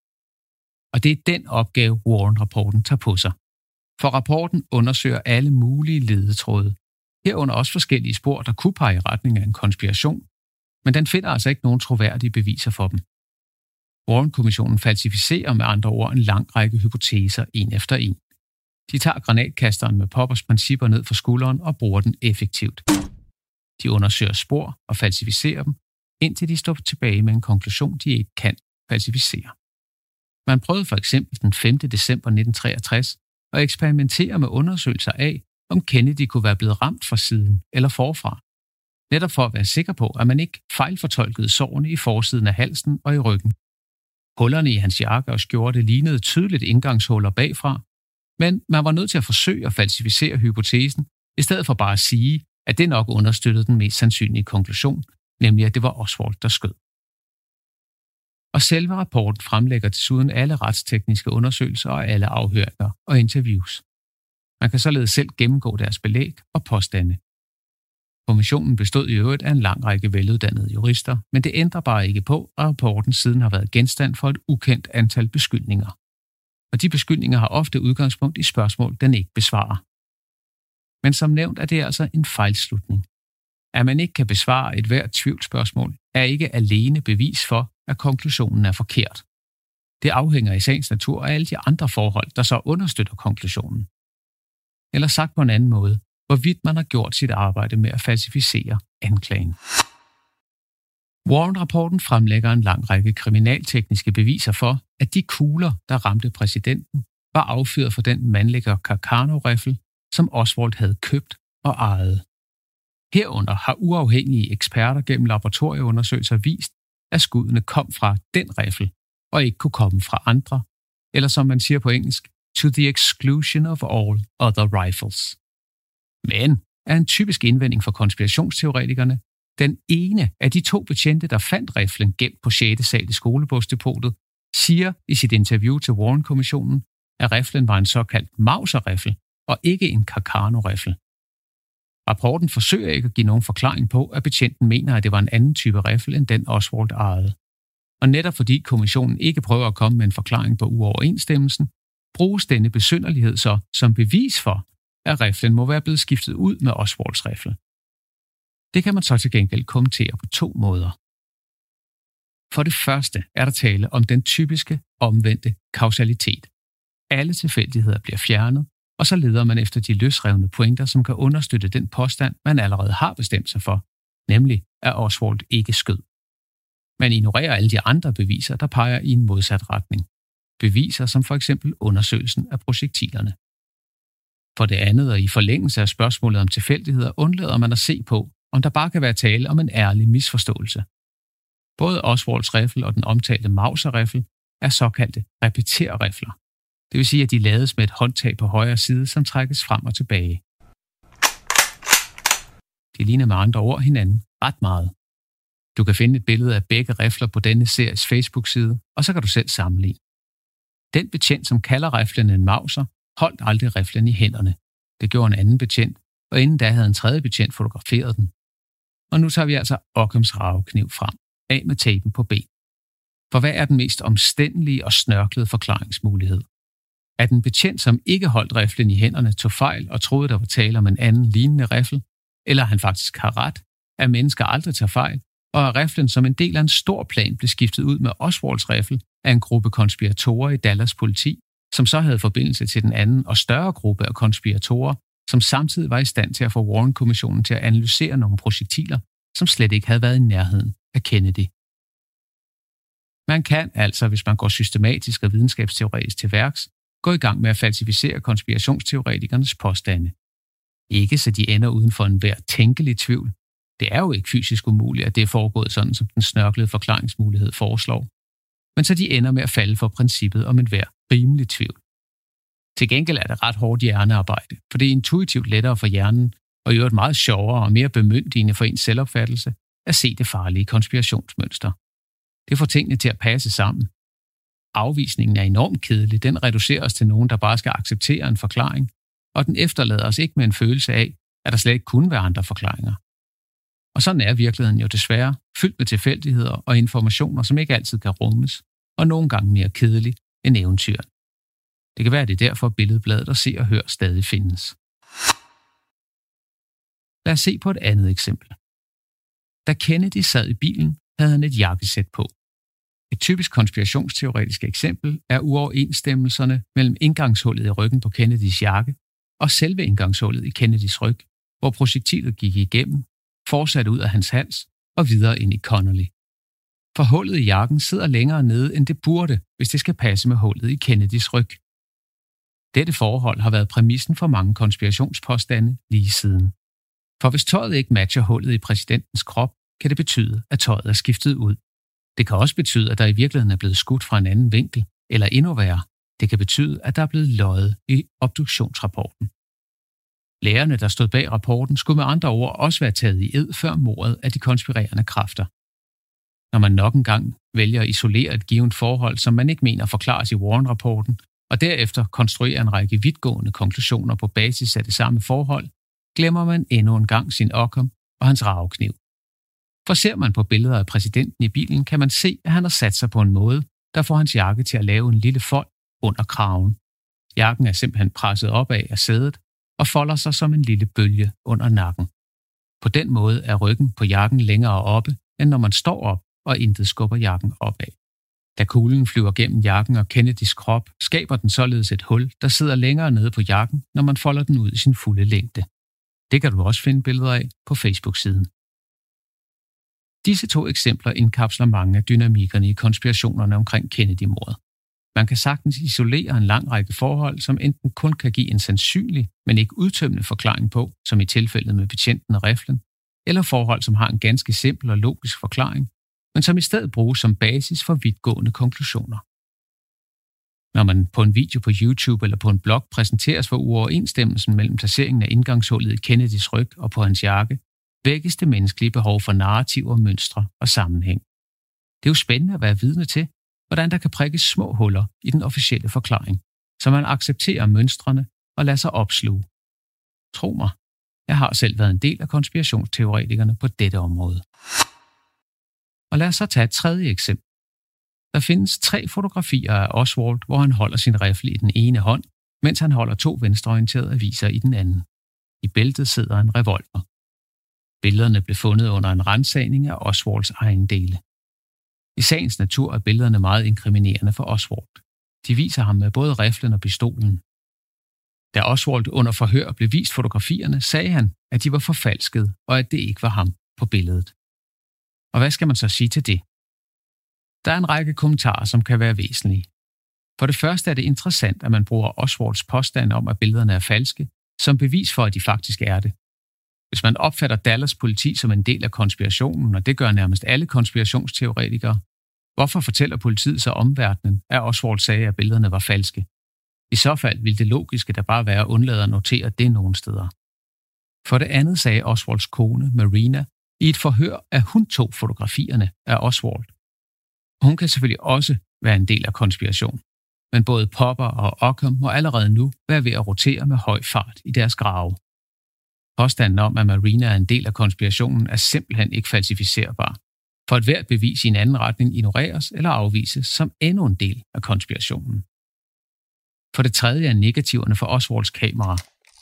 Og det er den opgave, Warren-rapporten tager på sig. For rapporten undersøger alle mulige ledetråde, herunder også forskellige spor, der kunne pege i retning af en konspiration, men den finder altså ikke nogen troværdige beviser for dem. Warren-kommissionen falsificerer med andre ord en lang række hypoteser en efter en. De tager granatkasteren med Poppers principper ned fra skulderen og bruger den effektivt. De undersøger spor og falsificerer dem, indtil de står tilbage med en konklusion, de ikke kan falsificere. Man prøvede for eksempel den femte december nitten treogtres at eksperimentere med undersøgelser af, om Kennedy kunne være blevet ramt fra siden eller forfra. Netop for at være sikker på, at man ikke fejlfortolkede sårene i forsiden af halsen og i ryggen. Hullerne i hans jakke og skjorte lignede tydeligt indgangshuller bagfra, men man var nødt til at forsøge at falsificere hypotesen, i stedet for bare at sige, at det nok understøttede den mest sandsynlige konklusion, nemlig at det var Oswald, der skød. Og selve rapporten fremlægger desuden alle retstekniske undersøgelser og alle afhøringer og interviews. Man kan således selv gennemgå deres belæg og påstande. Kommissionen bestod i øvrigt af en lang række veluddannede jurister, men det ændrer bare ikke på, at rapporten siden har været genstand for et ukendt antal beskyldninger. Og de beskyldninger har ofte udgangspunkt i spørgsmål, den ikke besvarer. Men som nævnt er det altså en fejlslutning. At man ikke kan besvare et hvert tvivlsspørgsmål, er ikke alene bevis for, at konklusionen er forkert. Det afhænger i sagens natur af alle de andre forhold, der så understøtter konklusionen. Eller sagt på en anden måde, hvorvidt man har gjort sit arbejde med at falsificere anklagen. Warren-rapporten fremlægger en lang række kriminaltekniske beviser for, at de kugler, der ramte præsidenten, var affyret fra den mandlige Carcano-riffel, som Oswald havde købt og ejet. Herunder har uafhængige eksperter gennem laboratorieundersøgelser vist, at skuddene kom fra den riffel, og ikke kunne komme fra andre, eller som man siger på engelsk, to the exclusion of all other rifles. Men er en typisk indvending for konspirationsteoretikerne, den ene af de to betjente, der fandt riflen gemt på sjette sal i skolebogsdepotet, siger i sit interview til Warren-kommissionen, at riflen var en såkaldt Mauser-riffel og ikke en Carcano-riffel. Rapporten forsøger ikke at give nogen forklaring på, at betjenten mener, at det var en anden type riffel end den Oswald ejede. Og netop fordi kommissionen ikke prøver at komme med en forklaring på uoverensstemmelsen, bruges denne besynderlighed så som bevis for, at riflen må være blevet skiftet ud med Oswalds riffel. Det kan man så til gengæld kommentere på to måder. For det første er der tale om den typiske omvendte kausalitet. Alle tilfældigheder bliver fjernet, og så leder man efter de løsrevne pointer, som kan understøtte den påstand, man allerede har bestemt sig for, nemlig at Oswald ikke skød. Man ignorerer alle de andre beviser, der peger i en modsat retning. beviser som for eksempel undersøgelsen af projektilerne. For det andet og i forlængelse af spørgsmålet om tilfældigheder undlader man at se på, om der bare kan være tale om en ærlig misforståelse. Både Oswalds riffel og den omtalte Mauser-riffel er såkaldte repeterrifler. Det vil sige, at de lades med et håndtag på højre side, som trækkes frem og tilbage. De ligner med andre ord hinanden ret meget. Du kan finde et billede af begge rifler på denne series Facebook-side, og så kan du selv sammenligne. Den betjent, som kalder riflen en Mauser, holdt aldrig riflen i hænderne. Det gjorde en anden betjent, og inden da havde en tredje betjent fotograferet den. Og nu tager vi altså Ockhams ravekniv frem, af med tapen på ben. For hvad er den mest omstændelige og snørklede forklaringsmulighed? At en betjent, som ikke holdt riflen i hænderne, tog fejl og troede, der var tale om en anden lignende riffel, eller han faktisk har ret, at mennesker aldrig tager fejl, og at riflen som en del af en stor plan blev skiftet ud med Oswalds riffel af en gruppe konspiratorer i Dallas politi, som så havde forbindelse til den anden og større gruppe af konspiratorer, som samtidig var i stand til at få Warren-kommissionen til at analysere nogle projektiler, som slet ikke havde været i nærheden af Kennedy. Man kan altså, hvis man går systematisk og videnskabsteoretisk til værks, gå i gang med at falsificere konspirationsteoretikernes påstande. Ikke så de ender uden for enhver tænkelig tvivl. Det er jo ikke fysisk umuligt, at det er foregået sådan, som den snørklede forklaringsmulighed foreslår. Men så de ender med at falde for princippet om enhver rimelig tvivl. Til gengæld er det ret hårdt hjernearbejde, for det er intuitivt lettere for hjernen, og i øvrigt meget sjovere og mere bemyndigende for ens selvopfattelse, at se det farlige konspirationsmønster. Det får tingene til at passe sammen. Afvisningen er enormt kedelig. Den reducerer os til nogen, der bare skal acceptere en forklaring, og den efterlader os ikke med en følelse af, at der slet ikke kunne være andre forklaringer. Og sådan er virkeligheden jo desværre, fyldt med tilfældigheder og informationer, som ikke altid kan rummes, og nogle gange mere kedelig end eventyr. Det kan være, at det er derfor billedbladet og Se og Hør stadig findes. Lad os se på et andet eksempel. Da Kennedy sad i bilen, havde han et jakkesæt på. Et typisk konspirationsteoretisk eksempel er uoverensstemmelserne mellem indgangshullet i ryggen på Kennedys jakke og selve indgangshullet i Kennedys ryg, hvor projektilet gik igennem, fortsatte ud af hans hals og videre ind i Connally. For hullet i jakken sidder længere nede, end det burde, hvis det skal passe med hullet i Kennedys ryg. Dette forhold har været præmissen for mange konspirationspåstande lige siden. For hvis tøjet ikke matcher hullet i præsidentens krop, kan det betyde, at tøjet er skiftet ud. Det kan også betyde, at der i virkeligheden er blevet skudt fra en anden vinkel, eller endnu værre, det kan betyde, at der er blevet løjet i obduktionsrapporten. Lægerne, der stod bag rapporten, skulle med andre ord også være taget i ed før mordet af de konspirerende kræfter. Når man nok en gang vælger at isolere et givet forhold, som man ikke mener forklares i Warren-rapporten, og derefter konstruerer en række vidtgående konklusioner på basis af det samme forhold, glemmer man endnu en gang sin Ockham og hans ravekniv. For ser man på billeder af præsidenten i bilen, kan man se, at han har sat sig på en måde, der får hans jakke til at lave en lille fold under kraven. Jakken er simpelthen presset opad af sædet og folder sig som en lille bølge under nakken. På den måde er ryggen på jakken længere oppe, end når man står op og intet skubber jakken opad. Da kuglen flyver gennem jakken og Kennedys krop, skaber den således et hul, der sidder længere nede på jakken, når man folder den ud i sin fulde længde. Det kan du også finde billeder af på Facebook-siden. Disse to eksempler indkapsler mange af dynamikkerne i konspirationerne omkring Kennedy-mordet. Man kan sagtens isolere en lang række forhold, som enten kun kan give en sandsynlig, men ikke udtømmende forklaring på, som i tilfældet med betjenten og riflen, eller forhold, som har en ganske simpel og logisk forklaring, men som i stedet bruges som basis for vidtgående konklusioner. Når man på en video på YouTube eller på en blog præsenteres for uoverensstemmelsen mellem placeringen af indgangshullet i Kennedys ryg og på hans jakke, vækkes det menneskelige behov for narrativer, mønstre og sammenhæng. Det er jo spændende at være vidne til, hvordan der kan prikkes små huller i den officielle forklaring, så man accepterer mønstrene og lader sig opsluge. Tro mig, jeg har selv været en del af konspirationsteoretikerne på dette område. Og lad os så tage et tredje eksempel. Der findes tre fotografier af Oswald, hvor han holder sin riffel i den ene hånd, mens han holder to venstreorienterede aviser i den anden. I bæltet sidder en revolver. Billederne blev fundet under en ransagning af Oswalds egen dele. I sagens natur er billederne meget inkriminerende for Oswald. De viser ham med både riflen og pistolen. Da Oswald under forhør blev vist fotografierne, sagde han, at de var forfalskede, og at det ikke var ham på billedet. Og hvad skal man så sige til det? Der er en række kommentarer, som kan være væsentlige. For det første er det interessant, at man bruger Oswalds påstand om, at billederne er falske, som bevis for, at de faktisk er det. Hvis man opfatter Dallas politi som en del af konspirationen, og det gør nærmest alle konspirationsteoretikere, hvorfor fortæller politiet så omverdenen, at Oswald sagde, at billederne var falske? I så fald ville det logiske da bare være at undlade at notere det nogle steder. For det andet sagde Oswalds kone, Marina, i et forhør, at hun tog fotografierne af Oswald. Hun kan selvfølgelig også være en del af konspiration, men både Popper og Ockham må allerede nu være ved at rotere med høj fart i deres grave. Påstanden om, at Marina er en del af konspirationen, er simpelthen ikke falsificerbar, for at hvert bevis i en anden retning ignoreres eller afvises som endnu en del af konspirationen. For det tredje er negativerne for Oswalds kamera.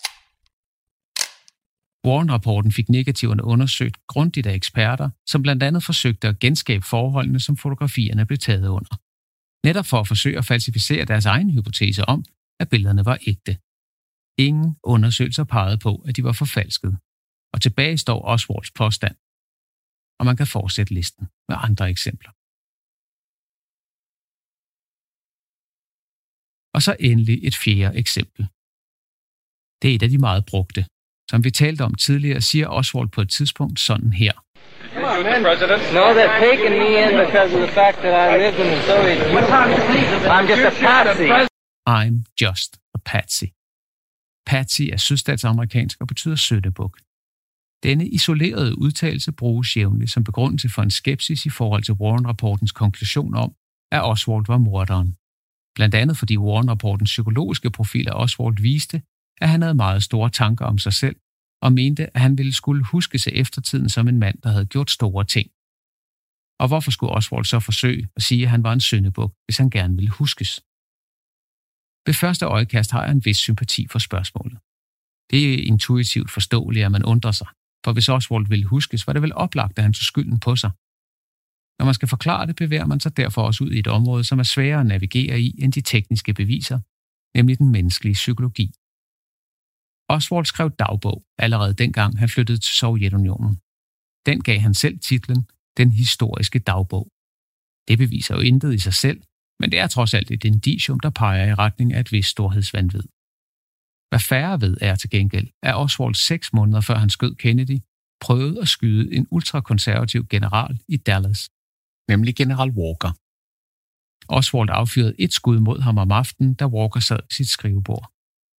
Warren-rapporten fik negativerne undersøgt grundigt af eksperter, som blandt andet forsøgte at genskabe forholdene, som fotografierne blev taget under. Netop for at forsøge at falsificere deres egen hypotese om, at billederne var ægte. Ingen undersøgelser pegede på, at de var forfalskede. Og tilbage står Oswalds påstand. Og man kan fortsætte listen med andre eksempler. Og så endelig et fjerde eksempel. Det er et af de meget brugte. Som vi talte om tidligere, siger Oswald på et tidspunkt sådan her. Come on, man. No, they're taking me in because of the fact that I lived in the Soviet Union. I'm just a patsy. I'm just a patsy. Patsy er sydstatsamerikansk og betyder søndebuk. Denne isolerede udtalelse bruges jævnligt som begrundelse for en skepsis i forhold til Warren-rapportens konklusion om, at Oswald var morderen. Blandt andet fordi Warren-rapportens psykologiske profil af Oswald viste, at han havde meget store tanker om sig selv, og mente, at han ville skulle huske sig eftertiden som en mand, der havde gjort store ting. Og hvorfor skulle Oswald så forsøge at sige, at han var en syndebuk, hvis han gerne ville huskes? Ved første øjekast har jeg en vis sympati for spørgsmålet. Det er intuitivt forståeligt, at man undrer sig, for hvis Oswald ville huskes, var det vel oplagt, at han tog skylden på sig. Når man skal forklare det, bevæger man sig derfor også ud i et område, som er sværere at navigere i end de tekniske beviser, nemlig den menneskelige psykologi. Oswald skrev dagbog allerede dengang han flyttede til Sovjetunionen. Den gav han selv titlen Den historiske dagbog. Det beviser jo intet i sig selv, men det er trods alt et indicium, der peger i retning af et vist storhedsvanvid. Hvad færre ved er til gengæld, at Oswald seks måneder før han skød Kennedy, prøvede at skyde en ultrakonservativ general i Dallas, nemlig general Walker. Oswald affyrede et skud mod ham om aftenen, da Walker sad ved sit skrivebord.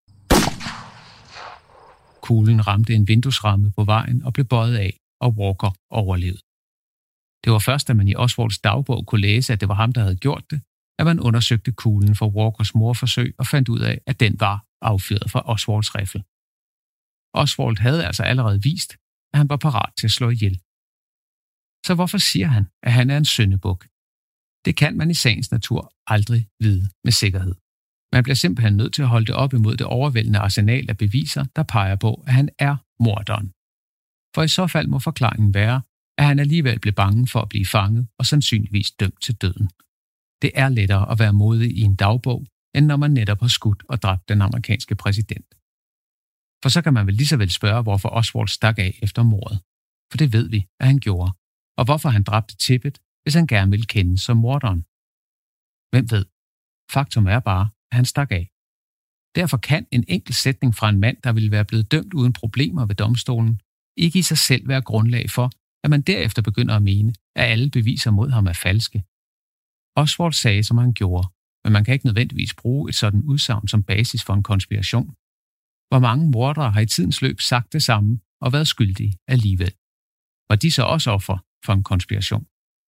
Kuglen ramte en vinduesramme på vejen og blev bøjet af, og Walker overlevede. Det var først, da man i Oswalds dagbog kunne læse, at det var ham, der havde gjort det, at man undersøgte kuglen for Walkers mordforsøg og fandt ud af, at den var affyret fra Oswalds riffel. Oswald havde altså allerede vist, at han var parat til at slå ihjel. Så hvorfor siger han, at han er en syndebuk? Det kan man i sagens natur aldrig vide med sikkerhed. Man bliver simpelthen nødt til at holde det op imod det overvældende arsenal af beviser, der peger på, at han er morderen. For i så fald må forklaringen være, at han alligevel blev bange for at blive fanget og sandsynligvis dømt til døden. Det er lettere at være modig i en dagbog, end når man netop har skudt og dræbt den amerikanske præsident. For så kan man vel lige så vel spørge, hvorfor Oswald stak af efter mordet. For det ved vi, at han gjorde. Og hvorfor han dræbte Tippit, hvis han gerne ville kendes som morderen. Hvem ved? Faktum er bare, at han stak af. Derfor kan en enkelt sætning fra en mand, der ville være blevet dømt uden problemer ved domstolen, ikke i sig selv være grundlag for, at man derefter begynder at mene, at alle beviser mod ham er falske. Oswald sagde, som han gjorde, men man kan ikke nødvendigvis bruge et sådan udsagn som basis for en konspiration. Hvor mange mordere har i tidens løb sagt det samme og været skyldige alligevel? Var de så også offer for en konspiration?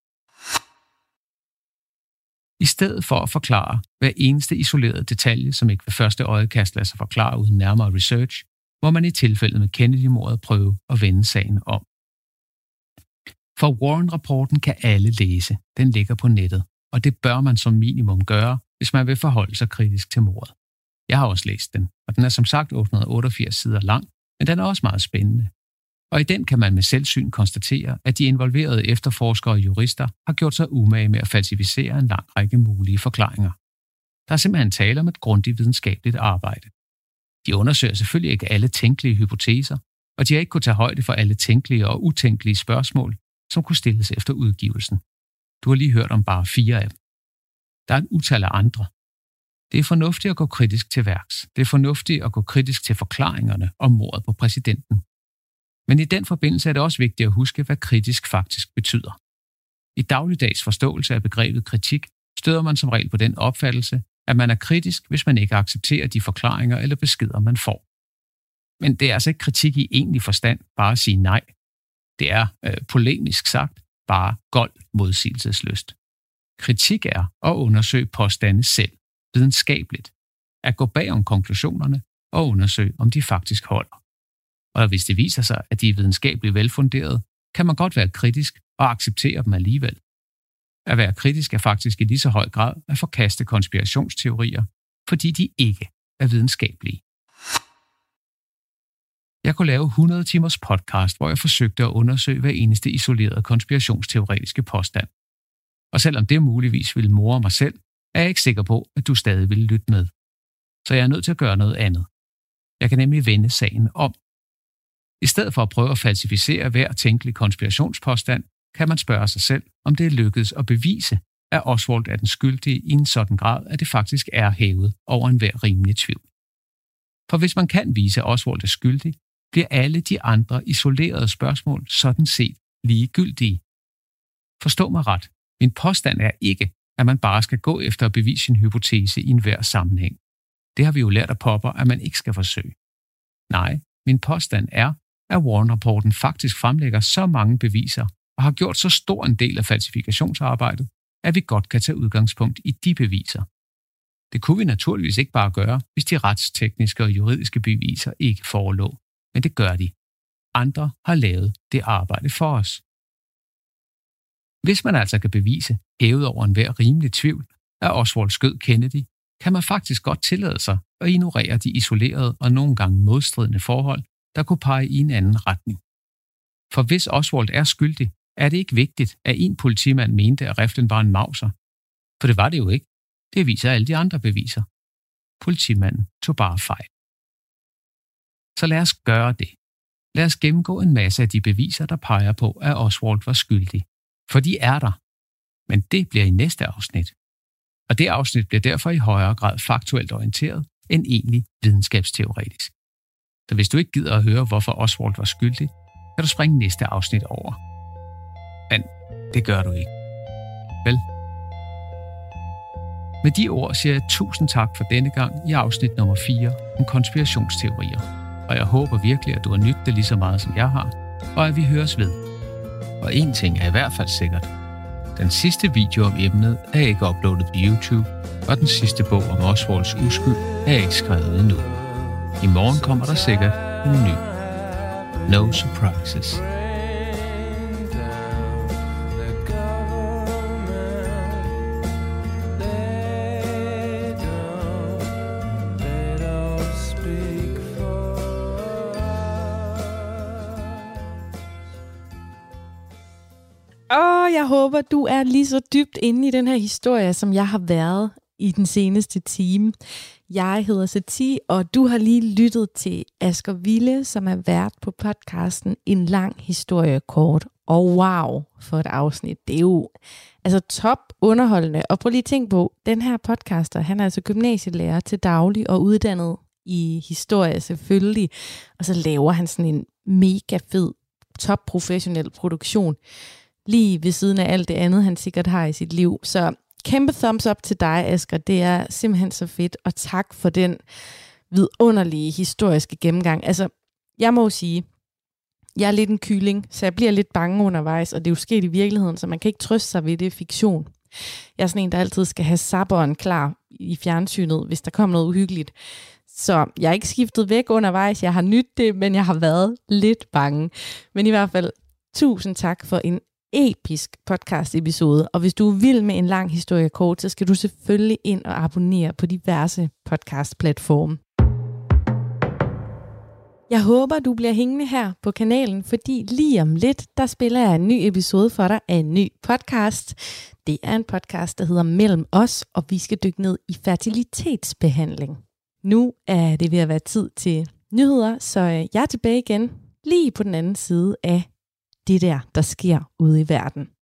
I stedet for at forklare hver eneste isolerede detalje, som ikke ved første øjekast lader sig forklare uden nærmere research, må man i tilfældet med Kennedy-mordet prøve at vende sagen om. For Warren-rapporten kan alle læse. Den ligger på nettet, og det bør man som minimum gøre, hvis man vil forholde sig kritisk til mordet. Jeg har også læst den, og den er som sagt otte hundrede otteogfirs sider lang, men den er også meget spændende. Og i den kan man med selvsyn konstatere, at de involverede efterforskere og jurister har gjort sig umage med at falsificere en lang række mulige forklaringer. Der er simpelthen tale om et grundigt videnskabeligt arbejde. De undersøger selvfølgelig ikke alle tænkelige hypoteser, og de har ikke kunnet tage højde for alle tænkelige og utænkelige spørgsmål, som kunne stilles efter udgivelsen. Du har lige hørt om bare fire af dem. Der er en utal af andre. Det er fornuftigt at gå kritisk til værks. Det er fornuftigt at gå kritisk til forklaringerne om mordet på præsidenten. Men i den forbindelse er det også vigtigt at huske, hvad kritisk faktisk betyder. I dagligdags forståelse af begrebet kritik støder man som regel på den opfattelse, at man er kritisk, hvis man ikke accepterer de forklaringer eller beskeder, man får. Men det er altså ikke kritik i egentlig forstand bare at sige nej. Det er, øh, polemisk sagt, bare gold modsigelseslyst. Kritik er at undersøge påstande selv, videnskabeligt, at gå bag om konklusionerne og undersøge, om de faktisk holder. Og hvis det viser sig, at de er videnskabeligt velfunderede, kan man godt være kritisk og acceptere dem alligevel. At være kritisk er faktisk i lige så høj grad at forkaste konspirationsteorier, fordi de ikke er videnskabelige. Jeg kunne lave hundrede timers podcast, hvor jeg forsøgte at undersøge hver eneste isolerede konspirationsteoretiske påstand. Og selvom det muligvis ville more mig selv, er jeg ikke sikker på, at du stadig ville lytte med. Så jeg er nødt til at gøre noget andet. Jeg kan nemlig vende sagen om. I stedet for at prøve at falsificere hver tænkelig konspirationspåstand, kan man spørge sig selv, om det er lykkedes at bevise, at Oswald er den skyldige i en sådan grad, at det faktisk er hævet over enhver rimelig tvivl. For hvis man kan vise, at Oswald er skyldig, bliver alle de andre isolerede spørgsmål sådan set ligegyldige. Forstå mig ret. Min påstand er ikke, at man bare skal gå efter at bevise sin hypotese i enhver sammenhæng. Det har vi jo lært af Popper, at man ikke skal forsøge. Nej, min påstand er, at Warren-rapporten faktisk fremlægger så mange beviser og har gjort så stor en del af falsifikationsarbejdet, at vi godt kan tage udgangspunkt i de beviser. Det kunne vi naturligvis ikke bare gøre, hvis de retstekniske og juridiske beviser ikke forelå, men det gør de. Andre har lavet det arbejde for os. Hvis man altså kan bevise, hævet over enhver rimelig tvivl, at Oswald skød Kennedy, kan man faktisk godt tillade sig at ignorere de isolerede og nogle gange modstridende forhold, der kunne pege i en anden retning. For hvis Oswald er skyldig, er det ikke vigtigt, at en politimand mente, at riflen var en mauser. For det var det jo ikke. Det viser alle de andre beviser. Politimanden tog bare fejl. Så lad os gøre det. Lad os gennemgå en masse af de beviser, der peger på, at Oswald var skyldig. For de er der. Men det bliver i næste afsnit. Og det afsnit bliver derfor i højere grad faktuelt orienteret end egentlig videnskabsteoretisk. Så hvis du ikke gider at høre, hvorfor Oswald var skyldig, kan du springe næste afsnit over. Men det gør du ikke. Vel? Med de ord siger jeg tusind tak for denne gang i afsnit nummer fire om konspirationsteorier. Og jeg håber virkelig, at du har nydt det lige så meget, som jeg har, og at vi høres ved. Og en ting er i hvert fald sikkert. Den sidste video om emnet er ikke uploadet på YouTube, og den sidste bog om Oswalds uskyld er ikke skrevet endnu. I morgen kommer der sikkert en ny. No surprises. Åh, jeg håber, du er lige så dybt inde i den her historie, som jeg har været i den seneste time. Jeg hedder Satie, og du har lige lyttet til Asger Ville, som er vært på podcasten En Lang Historie Kort. Og wow, for et afsnit. Det er jo altså top underholdende. Og prøv lige at tænke på, den her podcaster, han er altså gymnasielærer til daglig og uddannet i historie selvfølgelig. Og så laver han sådan en mega fed, top professionel produktion, lige ved siden af alt det andet, han sikkert har i sit liv. Så kæmpe thumbs up til dig, Asger. Det er simpelthen så fedt, og tak for den vidunderlige historiske gennemgang. Altså, jeg må sige, jeg er lidt en kylling, så jeg bliver lidt bange undervejs, og det er jo sket i virkeligheden, så man kan ikke trøste sig ved, det er fiktion. Jeg er sådan en, der altid skal have sabberen klar i fjernsynet, hvis der kommer noget uhyggeligt. Så jeg er ikke skiftet væk undervejs, jeg har nydt det, men jeg har været lidt bange. Men i hvert fald, tusind tak for en episk podcast-episode, og hvis du er vild med En Lang Historie Kort, så skal du selvfølgelig ind og abonnere på diverse podcast-platforme. Jeg håber, du bliver hængende her på kanalen, fordi lige om lidt, der spiller jeg en ny episode for dig af en ny podcast. Det er en podcast, der hedder Mellem os, og vi skal dykke ned i fertilitetsbehandling. Nu er det ved at være tid til nyheder, så jeg er tilbage igen lige på den anden side af det der, der sker ude i verden.